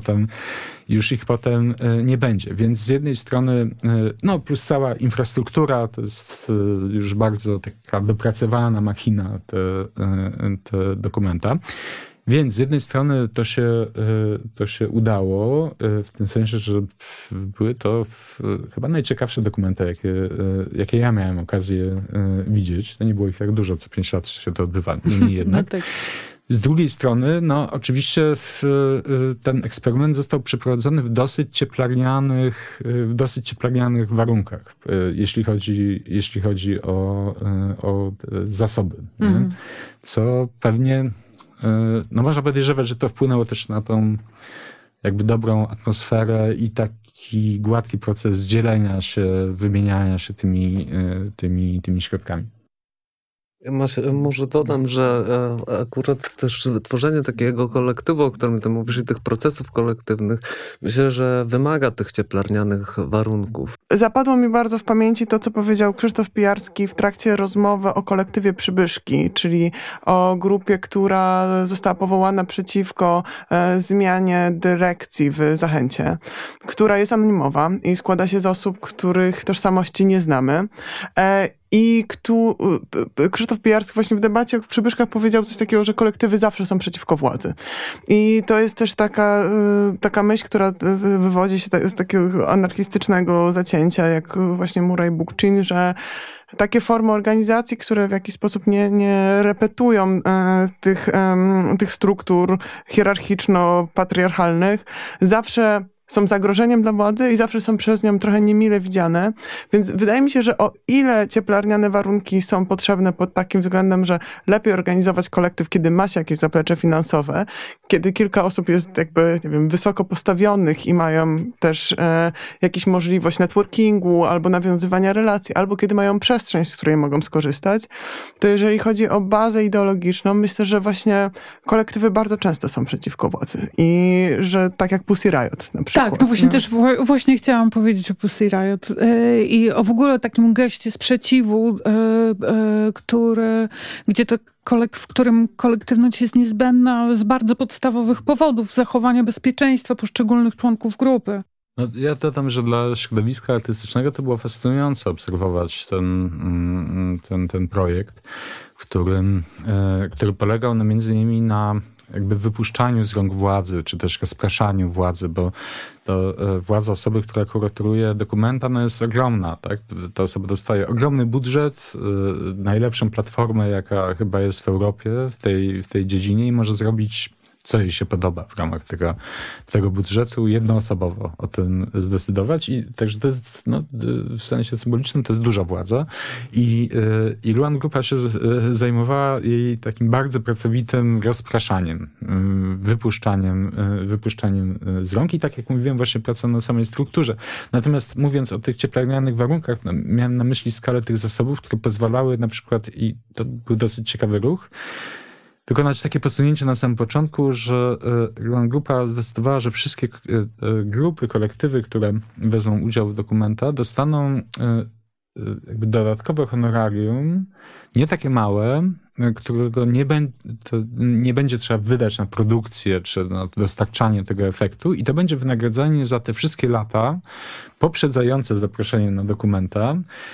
już ich potem nie będzie. Więc z jednej strony, no plus cała infrastruktura, to jest już bardzo taka dopracowana machina, te Documenta. Więc z jednej strony to się udało, w tym sensie, że były to chyba najciekawsze Documenta, jakie ja miałem okazję widzieć. To nie było ich tak dużo, co 5 lat się to odbywa, niemniej jednak. No tak. Z drugiej strony, no oczywiście ten eksperyment został przeprowadzony w dosyć cieplarnianych warunkach, jeśli chodzi o zasoby. Mm. Co pewnie, no można podejrzewać, że to wpłynęło też na tą jakby dobrą atmosferę i taki gładki proces dzielenia się, wymieniania się tymi środkami. Ja może dodam, że akurat też tworzenie takiego kolektywu, o którym ty mówisz, i tych procesów kolektywnych, myślę, że wymaga tych cieplarnianych warunków. Zapadło mi bardzo w pamięci to, co powiedział Krzysztof Pijarski w trakcie rozmowy o kolektywie Przybyszki, czyli o grupie, która została powołana przeciwko zmianie dyrekcji w Zachęcie, która jest anonimowa i składa się z osób, których tożsamości nie znamy. I Krzysztof Pijarski właśnie w debacie o Przybyszkach powiedział coś takiego, że kolektywy zawsze są przeciwko władzy. I to jest też taka myśl, która wywodzi się z takiego anarchistycznego zacięcia, jak właśnie Murray Bookchin, że takie formy organizacji, które w jakiś sposób nie repetują tych struktur hierarchiczno-patriarchalnych, zawsze są zagrożeniem dla władzy i zawsze są przez nią trochę niemile widziane. Więc wydaje mi się, że o ile cieplarniane warunki są potrzebne pod takim względem, że lepiej organizować kolektyw, kiedy ma się jakieś zaplecze finansowe, kiedy kilka osób jest jakby, nie wiem, wysoko postawionych i mają też jakąś możliwość networkingu albo nawiązywania relacji, albo kiedy mają przestrzeń, z której mogą skorzystać, to jeżeli chodzi o bazę ideologiczną, myślę, że właśnie kolektywy bardzo często są przeciwko władzy i że tak jak Pussy Riot na przykład. Tak, no właśnie też właśnie chciałam powiedzieć o Pussy Riot i o w ogóle takim geście sprzeciwu, w którym kolektywność jest niezbędna z bardzo podstawowych powodów zachowania bezpieczeństwa poszczególnych członków grupy. No, ja dodam, że dla środowiska artystycznego to było fascynujące obserwować ten projekt, który polegał między innymi na jakby wypuszczaniu z rąk władzy, czy też rozpraszaniu władzy, bo to władza osoby, która kuratoruje dokumenta, jest ogromna. Tak? Ta osoba dostaje ogromny budżet, najlepszą platformę, jaka chyba jest w Europie w tej dziedzinie i może zrobić, co jej się podoba w ramach tego budżetu, jednoosobowo o tym zdecydować. I także to jest, w sensie symbolicznym, to jest duża władza. I Luan Grupa się zajmowała jej takim bardzo pracowitym rozpraszaniem, wypuszczaniem z rąk. I tak jak mówiłem, właśnie praca na samej strukturze. Natomiast mówiąc o tych cieplarnianych warunkach, miałem na myśli skalę tych zasobów, które pozwalały na przykład, i to był dosyć ciekawy ruch, wykonać takie posunięcie na samym początku, że Luan Grupa zdecydowała, że wszystkie grupy, kolektywy, które wezmą udział w dokumenta, dostaną jakby dodatkowe honorarium, nie takie małe, którego nie będzie trzeba wydać na produkcję czy na dostarczanie tego efektu i to będzie wynagrodzenie za te wszystkie lata poprzedzające zaproszenie na dokumenta.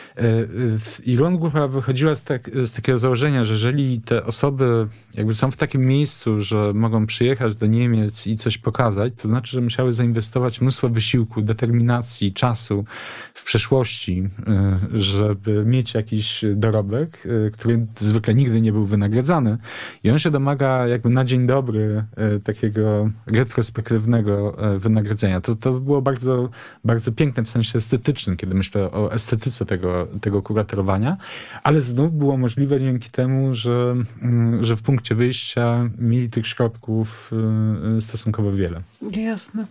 I Luan Grupa wychodziła z takiego założenia, że jeżeli te osoby jakby są w takim miejscu, że mogą przyjechać do Niemiec i coś pokazać, to znaczy, że musiały zainwestować mnóstwo wysiłku, determinacji, czasu w przeszłości, żeby mieć jakiś dorobek, który zwykle nigdy nie był wynagradzany. I on się domaga jakby na dzień dobry takiego retrospektywnego wynagrodzenia. To było bardzo, bardzo piękne w sensie estetycznym, kiedy myślę o estetyce tego kuratorowania, ale znów było możliwe dzięki temu, że w punkcie wyjścia mieli tych środków stosunkowo wiele. Jasne.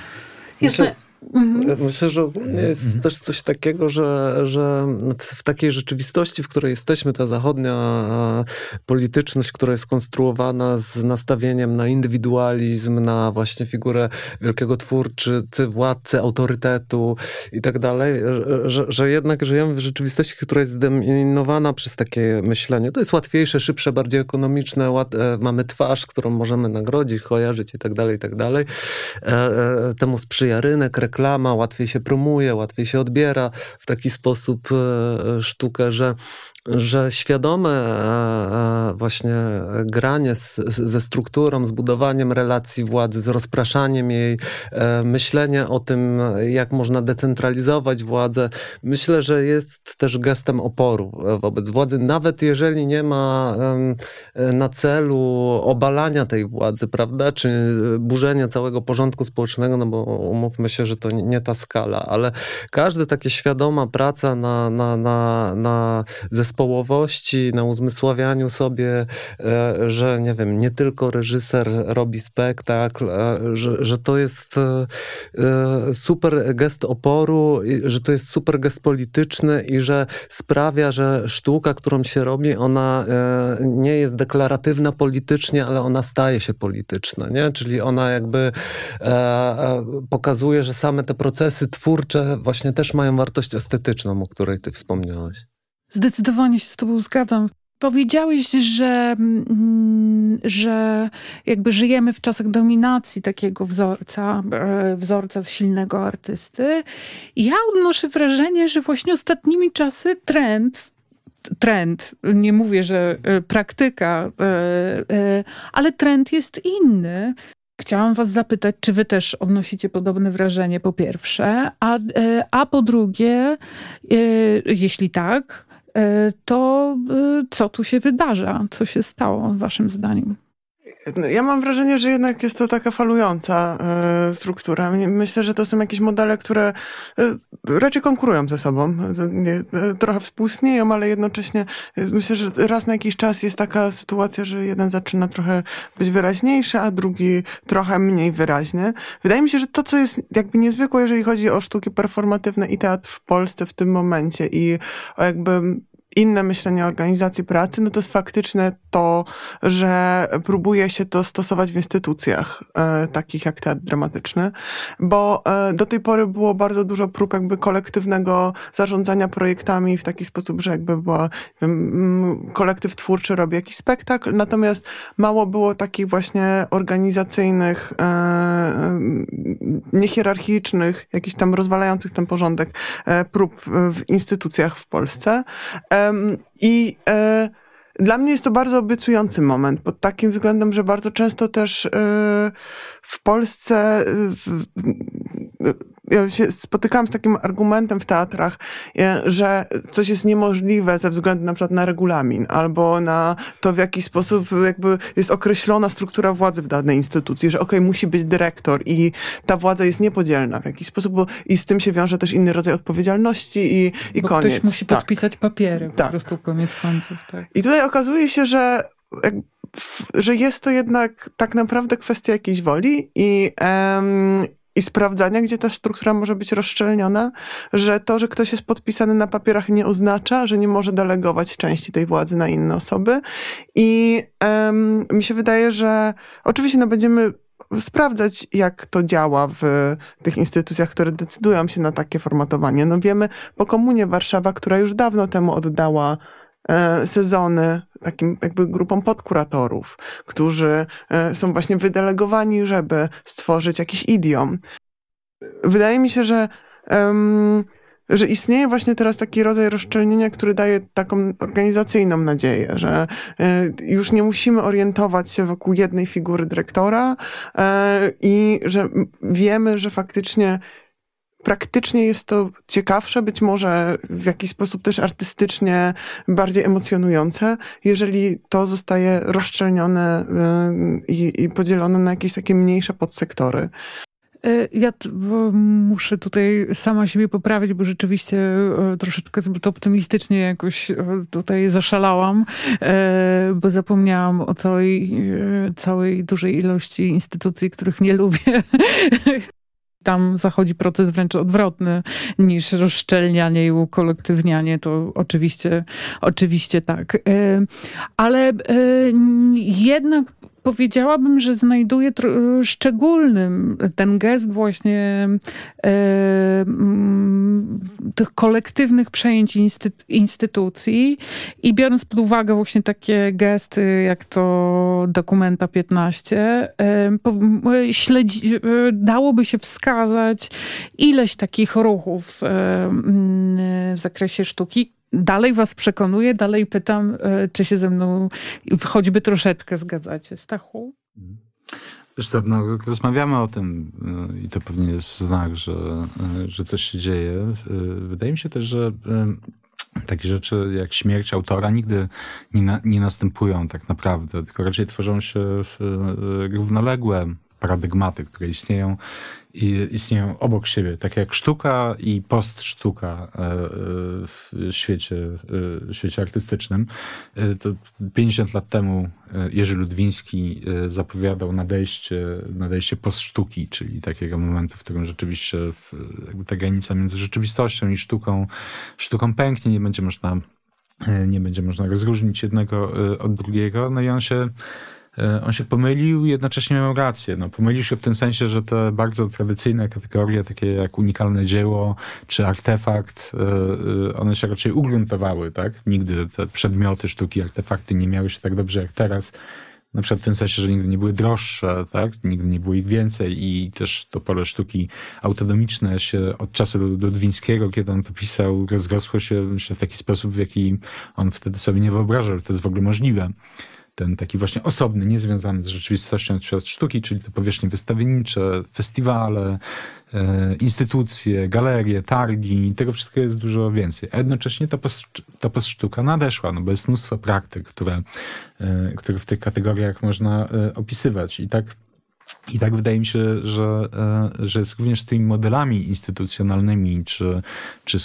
Myślę, że ogólnie jest też coś takiego, że w takiej rzeczywistości, w której jesteśmy, ta zachodnia polityczność, która jest konstruowana z nastawieniem na indywidualizm, na właśnie figurę wielkiego twórcy, władcy, autorytetu i tak dalej, że jednak żyjemy w rzeczywistości, która jest zdominowana przez takie myślenie. To jest łatwiejsze, szybsze, bardziej ekonomiczne, mamy twarz, którą możemy nagrodzić, kojarzyć i tak dalej. Temu sprzyja rynek, reklama, łatwiej się promuje, łatwiej się odbiera w taki sposób sztukę, że świadome właśnie granie ze strukturą, z budowaniem relacji władzy, z rozpraszaniem jej, myślenie o tym, jak można decentralizować władzę, myślę, że jest też gestem oporu wobec władzy, nawet jeżeli nie ma na celu obalania tej władzy, prawda, czy burzenia całego porządku społecznego, no bo umówmy się, że to nie ta skala, ale każda taka świadoma praca na zespole zespołowości, na uzmysławianiu sobie, że nie wiem, nie tylko reżyser robi spektakl, że to jest super gest oporu, że to jest super gest polityczny i że sprawia, że sztuka, którą się robi, ona nie jest deklaratywna politycznie, ale ona staje się polityczna, nie? Czyli ona jakby pokazuje, że same te procesy twórcze właśnie też mają wartość estetyczną, o której ty wspomniałaś. Zdecydowanie się z tobą zgadzam. Powiedziałeś, że jakby żyjemy w czasach dominacji takiego wzorca silnego artysty. Ja odnoszę wrażenie, że właśnie ostatnimi czasy trend, nie mówię, że praktyka, ale trend jest inny. Chciałam was zapytać, czy wy też odnosicie podobne wrażenie, po pierwsze, a po drugie, jeśli tak, to co tu się wydarza? Co się stało waszym zdaniem? Ja mam wrażenie, że jednak jest to taka falująca struktura. Myślę, że to są jakieś modele, które raczej konkurują ze sobą. Trochę współistnieją, ale jednocześnie myślę, że raz na jakiś czas jest taka sytuacja, że jeden zaczyna trochę być wyraźniejszy, a drugi trochę mniej wyraźny. Wydaje mi się, że to, co jest jakby niezwykłe, jeżeli chodzi o sztuki performatywne i teatr w Polsce w tym momencie i o jakby inne myślenie o organizacji pracy, no to jest faktyczne to, że próbuje się to stosować w instytucjach takich jak teatr dramatyczny, bo do tej pory było bardzo dużo prób jakby kolektywnego zarządzania projektami w taki sposób, że jakby była, kolektyw twórczy robi jakiś spektakl, natomiast mało było takich właśnie organizacyjnych, niehierarchicznych, jakichś tam rozwalających ten porządek prób w instytucjach w Polsce. I dla mnie jest to bardzo obiecujący moment, pod takim względem, że bardzo często też w Polsce ja się spotykałam z takim argumentem w teatrach, że coś jest niemożliwe ze względu na przykład na regulamin, albo na to, w jaki sposób jakby jest określona struktura władzy w danej instytucji, że musi być dyrektor i ta władza jest niepodzielna w jakiś sposób, i z tym się wiąże też inny rodzaj odpowiedzialności i bo koniec. Ktoś musi podpisać papiery, tak. Po prostu koniec końców. Tak. I tutaj okazuje się, że jest to jednak tak naprawdę kwestia jakiejś woli i sprawdzania, gdzie ta struktura może być rozszczelniona, że to, że ktoś jest podpisany na papierach, nie oznacza, że nie może delegować części tej władzy na inne osoby. I mi się wydaje, że oczywiście będziemy sprawdzać, jak to działa w tych instytucjach, które decydują się na takie formatowanie. No wiemy po Komunie Warszawa, która już dawno temu oddała sezony takim jakby grupom podkuratorów, którzy są właśnie wydelegowani, żeby stworzyć jakiś idiom. Wydaje mi się, że istnieje właśnie teraz taki rodzaj rozszczelnienia, który daje taką organizacyjną nadzieję, że już nie musimy orientować się wokół jednej figury dyrektora i że wiemy, że praktycznie jest to ciekawsze, być może w jakiś sposób też artystycznie bardziej emocjonujące, jeżeli to zostaje rozszczelnione i podzielone na jakieś takie mniejsze podsektory. Ja muszę tutaj sama siebie poprawić, bo rzeczywiście troszeczkę zbyt optymistycznie jakoś tutaj zaszalałam, bo zapomniałam o całej dużej ilości instytucji, których nie lubię. Tam zachodzi proces wręcz odwrotny niż rozszczelnianie i ukolektywnianie. To oczywiście tak. Ale jednak powiedziałabym, że znajduje szczególnym ten gest właśnie tych kolektywnych przejęć instytucji i biorąc pod uwagę właśnie takie gesty, jak to Documenta 15, dałoby się wskazać ileś takich ruchów w zakresie sztuki. Dalej was przekonuję, dalej pytam, czy się ze mną choćby troszeczkę zgadzacie. Stachu? Wiesz co, rozmawiamy o tym i to pewnie jest znak, że coś się dzieje. Wydaje mi się też, że takie rzeczy jak śmierć autora nigdy nie następują tak naprawdę, tylko raczej tworzą się równoległe paradygmaty, które istnieją obok siebie, tak jak sztuka i postsztuka w świecie artystycznym. To 50 lat temu Jerzy Ludwiński zapowiadał nadejście postsztuki, czyli takiego momentu, w którym rzeczywiście jakby ta granica między rzeczywistością i sztuką pęknie, nie będzie można rozróżnić jednego od drugiego. No i on się pomylił, jednocześnie miał rację. No, pomylił się w tym sensie, że te bardzo tradycyjne kategorie, takie jak unikalne dzieło czy artefakt, one się raczej ugruntowały, tak? Nigdy te przedmioty sztuki, artefakty nie miały się tak dobrze jak teraz. Na przykład w tym sensie, że nigdy nie były droższe, tak? Nigdy nie było ich więcej i też to pole sztuki autonomiczne się od czasu Ludwińskiego, kiedy on to pisał, rozrosło się, myślę, w taki sposób, w jaki on wtedy sobie nie wyobrażał, że to jest w ogóle możliwe. Ten taki właśnie osobny, niezwiązany z rzeczywistością świat sztuki, czyli te powierzchnie wystawiennicze, festiwale, instytucje, galerie, targi, tego wszystkiego jest dużo więcej. A jednocześnie ta postsztuka nadeszła, no bo jest mnóstwo praktyk, które w tych kategoriach można opisywać. I tak wydaje mi się, że jest również z tymi modelami instytucjonalnymi, czy z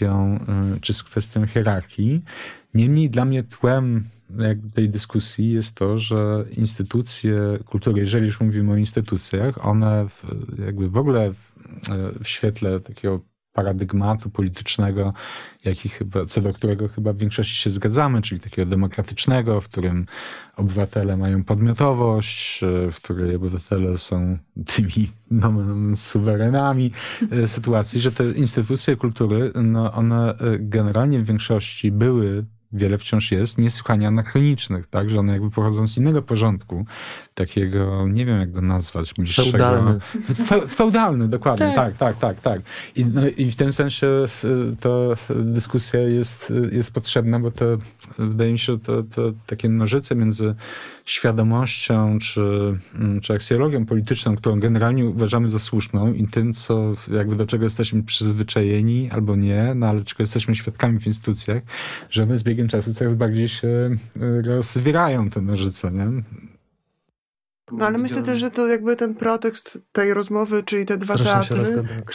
kwestią hierarchii. Niemniej dla mnie tłem tej dyskusji jest to, że instytucje kultury, jeżeli już mówimy o instytucjach, one jakby w ogóle w świetle takiego paradygmatu politycznego, co do którego chyba w większości się zgadzamy, czyli takiego demokratycznego, w którym obywatele mają podmiotowość, w której obywatele są tymi suwerenami sytuacji, że te instytucje kultury, no one generalnie w większości były, wiele wciąż jest, niesłychanie anachronicznych, tak? Że one jakby pochodzą z innego porządku, takiego, nie wiem jak go nazwać, feudalny. Feudalny, dokładnie, tak. I w tym sensie ta dyskusja jest potrzebna, bo to wydaje mi się, to takie nożyce między świadomością czy aksjologią polityczną, którą generalnie uważamy za słuszną, i tym, co jakby do czego jesteśmy przyzwyczajeni albo nie, no ale czego jesteśmy świadkami w instytucjach, że one z biegiem czasu coraz bardziej się rozwierają, te nożyce, nie? No ale myślę też, że to jakby ten pretekst tej rozmowy, czyli te dwa teatry,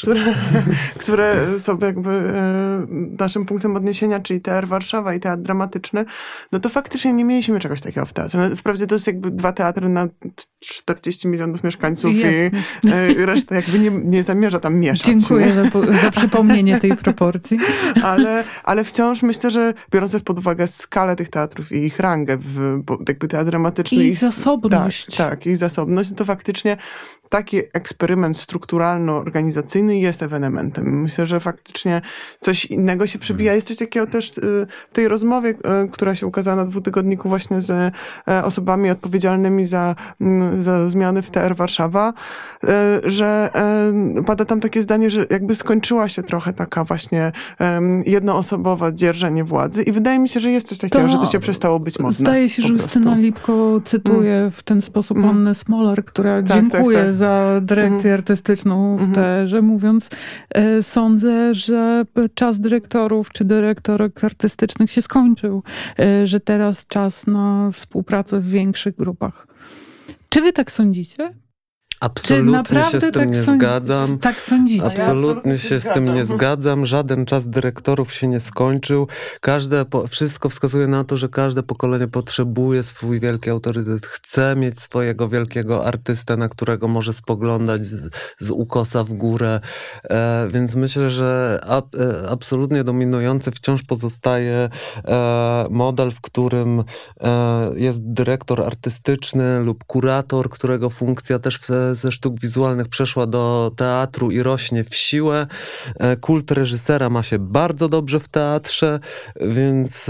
które są jakby naszym punktem odniesienia, czyli Teatr Warszawa i Teatr Dramatyczny, no to faktycznie nie mieliśmy czegoś takiego w teatrze. No, wprawdzie to jest jakby dwa teatry na 40 milionów mieszkańców i reszta jakby nie zamierza tam mieszać. Dziękuję za przypomnienie tej proporcji. Ale wciąż myślę, że biorąc też pod uwagę skalę tych teatrów i ich rangę, jakby Teatr Dramatyczny i ich zasobność. Tak, ich zasobność, to faktycznie taki eksperyment strukturalno-organizacyjny jest ewenementem. Myślę, że faktycznie coś innego się przebija. Jest coś takiego też w tej rozmowie, która się ukazała na dwutygodniku właśnie z osobami odpowiedzialnymi za zmiany w TR Warszawa, że pada tam takie zdanie, że jakby skończyła się trochę taka właśnie jednoosobowe dzierżenie władzy i wydaje mi się, że jest coś takiego, że to się przestało być modne. Zdaje się, że Justyna Lipko cytuje w ten sposób Annę Smolar, która dziękuję za dyrekcję artystyczną w TR-ze, mówiąc, sądzę, że czas dyrektorów czy dyrektorek artystycznych się skończył, że teraz czas na współpracę w większych grupach. Czy wy tak sądzicie? Absolutnie się z tym nie zgadzam. Tak sądzicie? Absolutnie się z tym nie zgadzam. Żaden czas dyrektorów się nie skończył. Wszystko wskazuje na to, że każde pokolenie potrzebuje swój wielki autorytet. Chce mieć swojego wielkiego artystę, na którego może spoglądać z ukosa w górę. Więc myślę, że absolutnie dominujący wciąż pozostaje model, w którym jest dyrektor artystyczny lub kurator, którego funkcja też ze sztuk wizualnych przeszła do teatru i rośnie w siłę. Kult reżysera ma się bardzo dobrze w teatrze, więc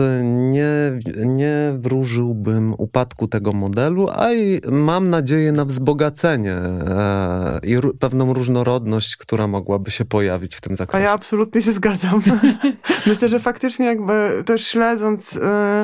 nie wróżyłbym upadku tego modelu, a i mam nadzieję na wzbogacenie i pewną różnorodność, która mogłaby się pojawić w tym zakresie. A ja absolutnie się zgadzam. Myślę, że faktycznie jakby też śledząc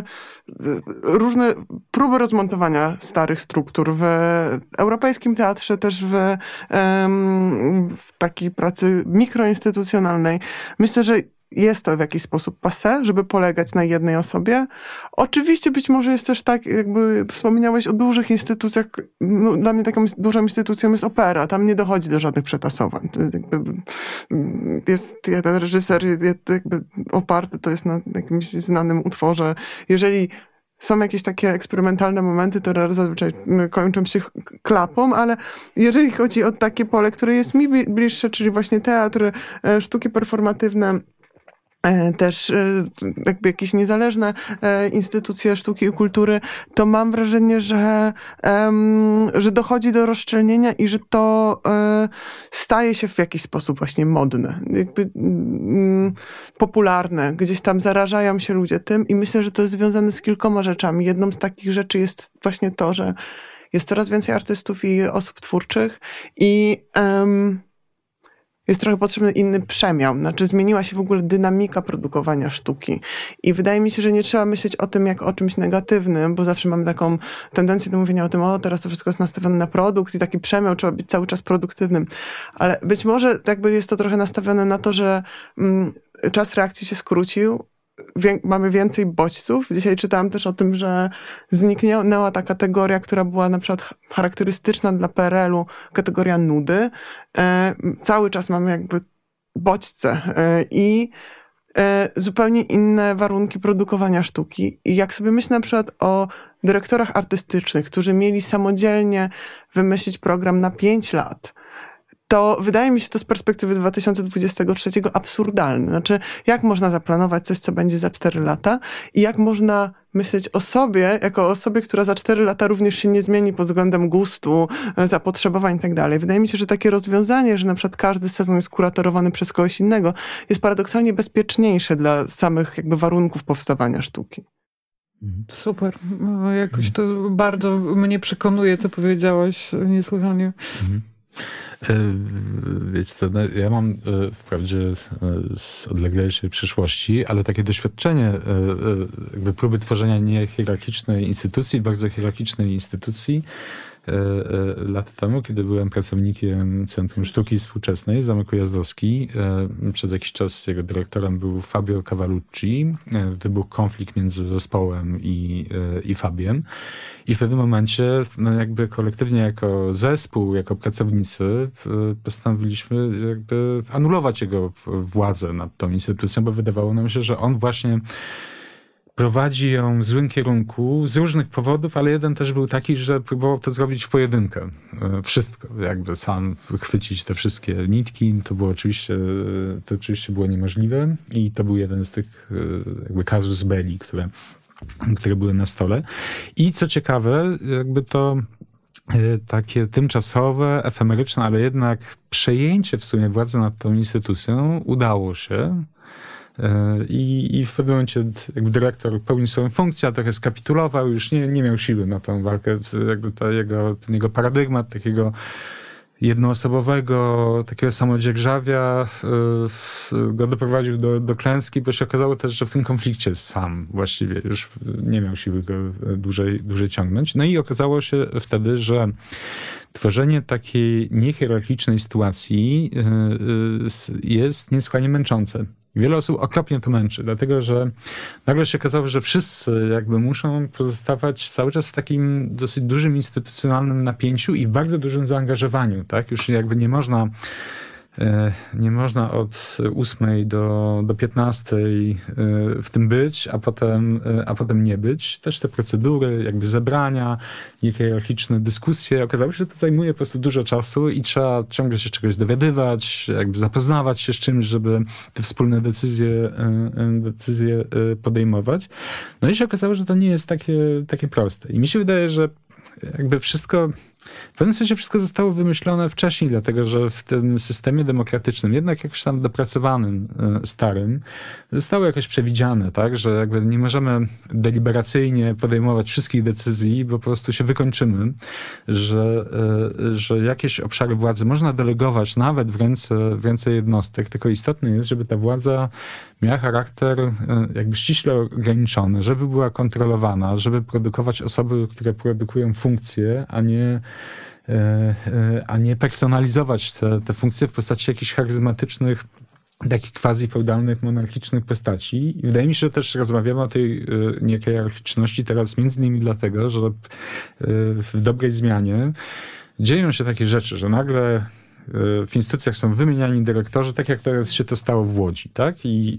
różne próby rozmontowania starych struktur w europejskim teatrze, też w takiej pracy mikroinstytucjonalnej. Myślę, że jest to w jakiś sposób passé, żeby polegać na jednej osobie. Oczywiście być może jest też tak, jakby wspomniałeś o dużych instytucjach. No, dla mnie taką dużą instytucją jest opera. Tam nie dochodzi do żadnych przetasowań. Jest jeden reżyser jakby oparty, to jest na jakimś znanym utworze. Jeżeli są jakieś takie eksperymentalne momenty, to zazwyczaj kończą się klapą, ale jeżeli chodzi o takie pole, które jest mi bliższe, czyli właśnie teatr, sztuki performatywne, też jakby jakieś niezależne instytucje sztuki i kultury, to mam wrażenie, że dochodzi do rozszczelnienia i że to staje się w jakiś sposób właśnie modne, jakby popularne. Gdzieś tam zarażają się ludzie tym i myślę, że to jest związane z kilkoma rzeczami. Jedną z takich rzeczy jest właśnie to, że jest coraz więcej artystów i osób twórczych i jest trochę potrzebny inny przemiał. Znaczy zmieniła się w ogóle dynamika produkowania sztuki. I wydaje mi się, że nie trzeba myśleć o tym jak o czymś negatywnym, bo zawsze mamy taką tendencję do mówienia o tym, teraz to wszystko jest nastawione na produkt i taki przemiał, trzeba być cały czas produktywnym. Ale być może jakby jest to trochę nastawione na to, że czas reakcji się skrócił, mamy więcej bodźców. Dzisiaj czytałam też o tym, że zniknęła ta kategoria, która była na przykład charakterystyczna dla PRL-u, kategoria nudy. Cały czas mamy jakby bodźce i zupełnie inne warunki produkowania sztuki. I jak sobie myślę na przykład o dyrektorach artystycznych, którzy mieli samodzielnie wymyślić program na 5 lat, to wydaje mi się to z perspektywy 2023 absurdalne. Znaczy, jak można zaplanować coś, co będzie za 4 lata i jak można myśleć o sobie, jako o osobie, która za 4 lata również się nie zmieni pod względem gustu, zapotrzebowań i tak dalej. Wydaje mi się, że takie rozwiązanie, że na przykład każdy sezon jest kuratorowany przez kogoś innego, jest paradoksalnie bezpieczniejsze dla samych jakby warunków powstawania sztuki. Super. Jakoś to bardzo mnie przekonuje, co powiedziałaś niesłychanie. Wiecie co, ja mam wprawdzie z odleglejszej przyszłości, ale takie doświadczenie jakby próby tworzenia niehierarchicznej instytucji, bardzo hierarchicznej instytucji lata temu, kiedy byłem pracownikiem Centrum Sztuki Współczesnej Zamek Ujazdowski. Przez jakiś czas jego dyrektorem był Fabio Cavallucci. Wybuchł konflikt między zespołem i Fabiem. I w pewnym momencie, no jakby kolektywnie jako zespół, jako pracownicy postanowiliśmy jakby anulować jego władzę nad tą instytucją, bo wydawało nam się, że on właśnie prowadzi ją w złym kierunku z różnych powodów, ale jeden też był taki, że próbował to zrobić w pojedynkę. Wszystko, jakby sam chwycić te wszystkie nitki, to oczywiście było niemożliwe i to był jeden z tych jakby casus belli, które były na stole. I co ciekawe, jakby to takie tymczasowe, efemeryczne, ale jednak przejęcie w sumie władzy nad tą instytucją udało się. I w pewnym momencie jakby dyrektor pełnił swoją funkcję, a trochę skapitulował, już nie miał siły na tą walkę. Jakby ten jego paradygmat takiego jednoosobowego, takiego samodzierżawia go doprowadził do klęski, bo się okazało też, że w tym konflikcie sam właściwie już nie miał siły go dłużej ciągnąć. No i okazało się wtedy, że tworzenie takiej niehierarchicznej sytuacji jest niesłychanie męczące. Wiele osób okropnie to męczy, dlatego że nagle się okazało, że wszyscy jakby muszą pozostawać cały czas w takim dosyć dużym instytucjonalnym napięciu i w bardzo dużym zaangażowaniu, tak? Już jakby nie można od 8 do 15 w tym być, a potem nie być. Też te procedury, jakby zebrania, hierarchiczne dyskusje. Okazało się, że to zajmuje po prostu dużo czasu i trzeba ciągle się czegoś dowiadywać, jakby zapoznawać się z czymś, żeby te wspólne decyzje podejmować. No i się okazało, że to nie jest takie proste. I mi się wydaje, że jakby wszystko, w pewnym sensie wszystko zostało wymyślone wcześniej, dlatego że w tym systemie demokratycznym, jednak jakoś tam dopracowanym, starym, zostało jakoś przewidziane, tak, że jakby nie możemy deliberacyjnie podejmować wszystkich decyzji, bo po prostu się wykończymy, że jakieś obszary władzy można delegować nawet w ręce jednostek, tylko istotne jest, żeby ta władza miała charakter jakby ściśle ograniczony, żeby była kontrolowana, żeby produkować osoby, które produkują funkcje, a nie personalizować te funkcje w postaci jakichś charyzmatycznych takich quasi-feudalnych, monarchicznych postaci. I wydaje mi się, że też rozmawiamy o tej niejakiej hierarchiczności teraz między innymi dlatego, że w dobrej zmianie dzieją się takie rzeczy, że nagle w instytucjach są wymieniani dyrektorzy, tak jak teraz się to stało w Łodzi, tak? I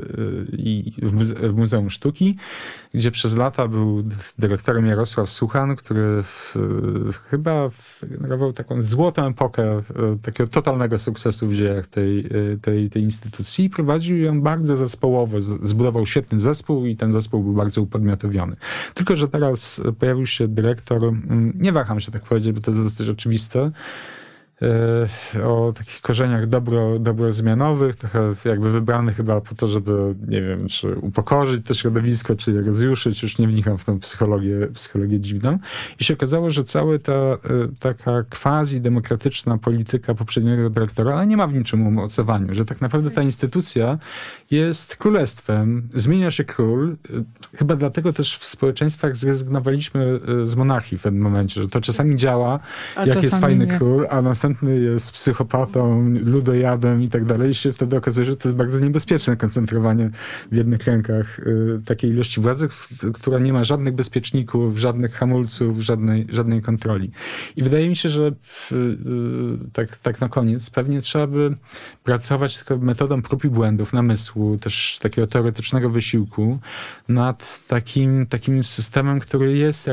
w Muzeum Sztuki, gdzie przez lata był dyrektorem Jarosław Suchan, który chyba generował taką złotą epokę takiego totalnego sukcesu w dziejach tej instytucji i prowadził ją bardzo zespołowo. Zbudował świetny zespół i ten zespół był bardzo upodmiotowiony. Tylko że teraz pojawił się dyrektor, nie waham się tak powiedzieć, bo to jest dosyć oczywiste, o takich korzeniach dobrozmianowych, trochę jakby wybrany chyba po to, żeby, nie wiem, czy upokorzyć to środowisko, czy je rozjuszyć, już nie wnikam w tą psychologię dziwną. I się okazało, że cała ta taka quasi-demokratyczna polityka poprzedniego dyrektora, ale nie ma w niczym umocowaniu, że tak naprawdę ta instytucja jest królestwem, zmienia się król, chyba dlatego też w społeczeństwach zrezygnowaliśmy z monarchii w pewnym momencie, że to czasami działa, jak jest fajny król, a następny jest psychopatą, ludojadem i tak dalej. I się wtedy okazuje, że to jest bardzo niebezpieczne koncentrowanie w jednych rękach takiej ilości władzy, która nie ma żadnych bezpieczników, żadnych hamulców, żadnej kontroli. I wydaje mi się, że tak na koniec pewnie trzeba by pracować tylko metodą prób i błędów, namysłu, też takiego teoretycznego wysiłku nad takim systemem, który jest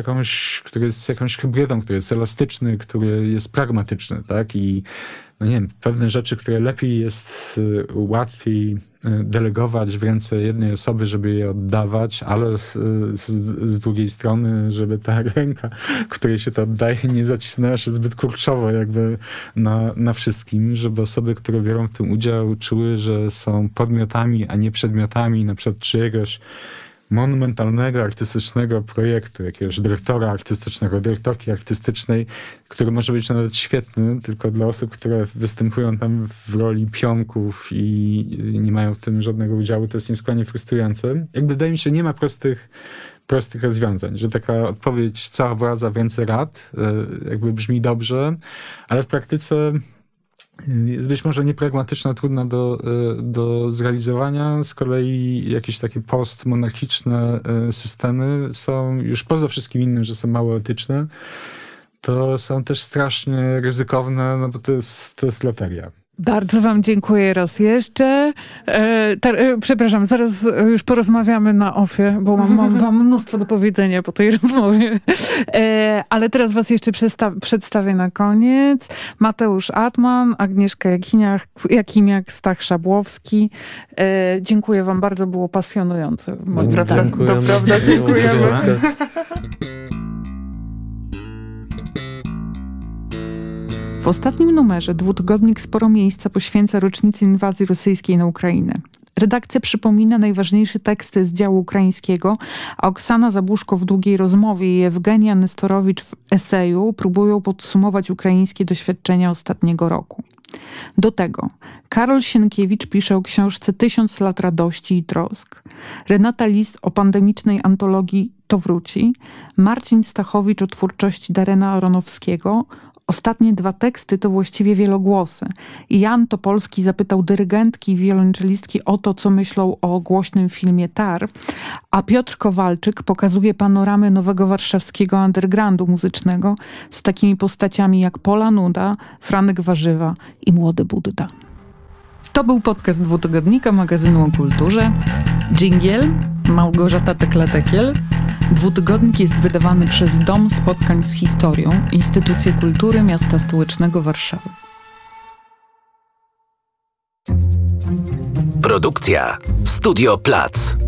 jakąś hybrydą, który jest elastyczny, który jest pragmatyczny, tak? I no nie wiem, pewne rzeczy, które lepiej jest łatwiej delegować w ręce jednej osoby, żeby je oddawać, ale z drugiej strony, żeby ta ręka, której się to oddaje, nie zacisnęła się zbyt kurczowo jakby na wszystkim, żeby osoby, które biorą w tym udział, czuły, że są podmiotami, a nie przedmiotami, na przykład czyjegoś monumentalnego, artystycznego projektu, jakiegoś dyrektora artystycznego, dyrektorki artystycznej, który może być nawet świetny, tylko dla osób, które występują tam w roli pionków i nie mają w tym żadnego udziału, to jest niesłychanie frustrujące. Jakby wydaje mi się, nie ma prostych rozwiązań, że taka odpowiedź cała władza w ręce rad jakby brzmi dobrze, ale w praktyce jest być może niepragmatyczna, trudna do zrealizowania. Z kolei jakieś takie postmonarchiczne systemy są już poza wszystkim innym, że są mało etyczne. To są też strasznie ryzykowne, no bo to jest loteria. Bardzo wam dziękuję raz jeszcze. Przepraszam, zaraz już porozmawiamy na offie, bo mam wam mnóstwo do powiedzenia po tej rozmowie. Ale teraz was jeszcze przedstawię na koniec. Mateusz Atman, Agnieszka Jakimiak, Stach Szabłowski. Dziękuję wam bardzo, było pasjonujące. Dziękujemy. W ostatnim numerze dwutygodnik sporo miejsca poświęca rocznicy inwazji rosyjskiej na Ukrainę. Redakcja przypomina najważniejsze teksty z działu ukraińskiego, a Oksana Zabłuszko w długiej rozmowie i Ewgenia Nestorowicz w eseju próbują podsumować ukraińskie doświadczenia ostatniego roku. Do tego Karol Sienkiewicz pisze o książce 1000 lat radości i trosk, Renata List o pandemicznej antologii To wróci, Marcin Stachowicz o twórczości Darena Aronowskiego. Ostatnie 2 teksty to właściwie wielogłosy. Jan Topolski zapytał dyrygentki i wiolonczelistki o to, co myślą o głośnym filmie Tar, a Piotr Kowalczyk pokazuje panoramę nowego warszawskiego undergroundu muzycznego z takimi postaciami jak Pola Nuda, Franek Warzywa i Młody Budda. To był podcast dwutygodnika magazynu o kulturze. Dżingiel, Małgorzata Tekla-Tekiel. Dwutygodnik jest wydawany przez Dom Spotkań z Historią, Instytucję Kultury Miasta Stołecznego Warszawy. Produkcja Studio Plac.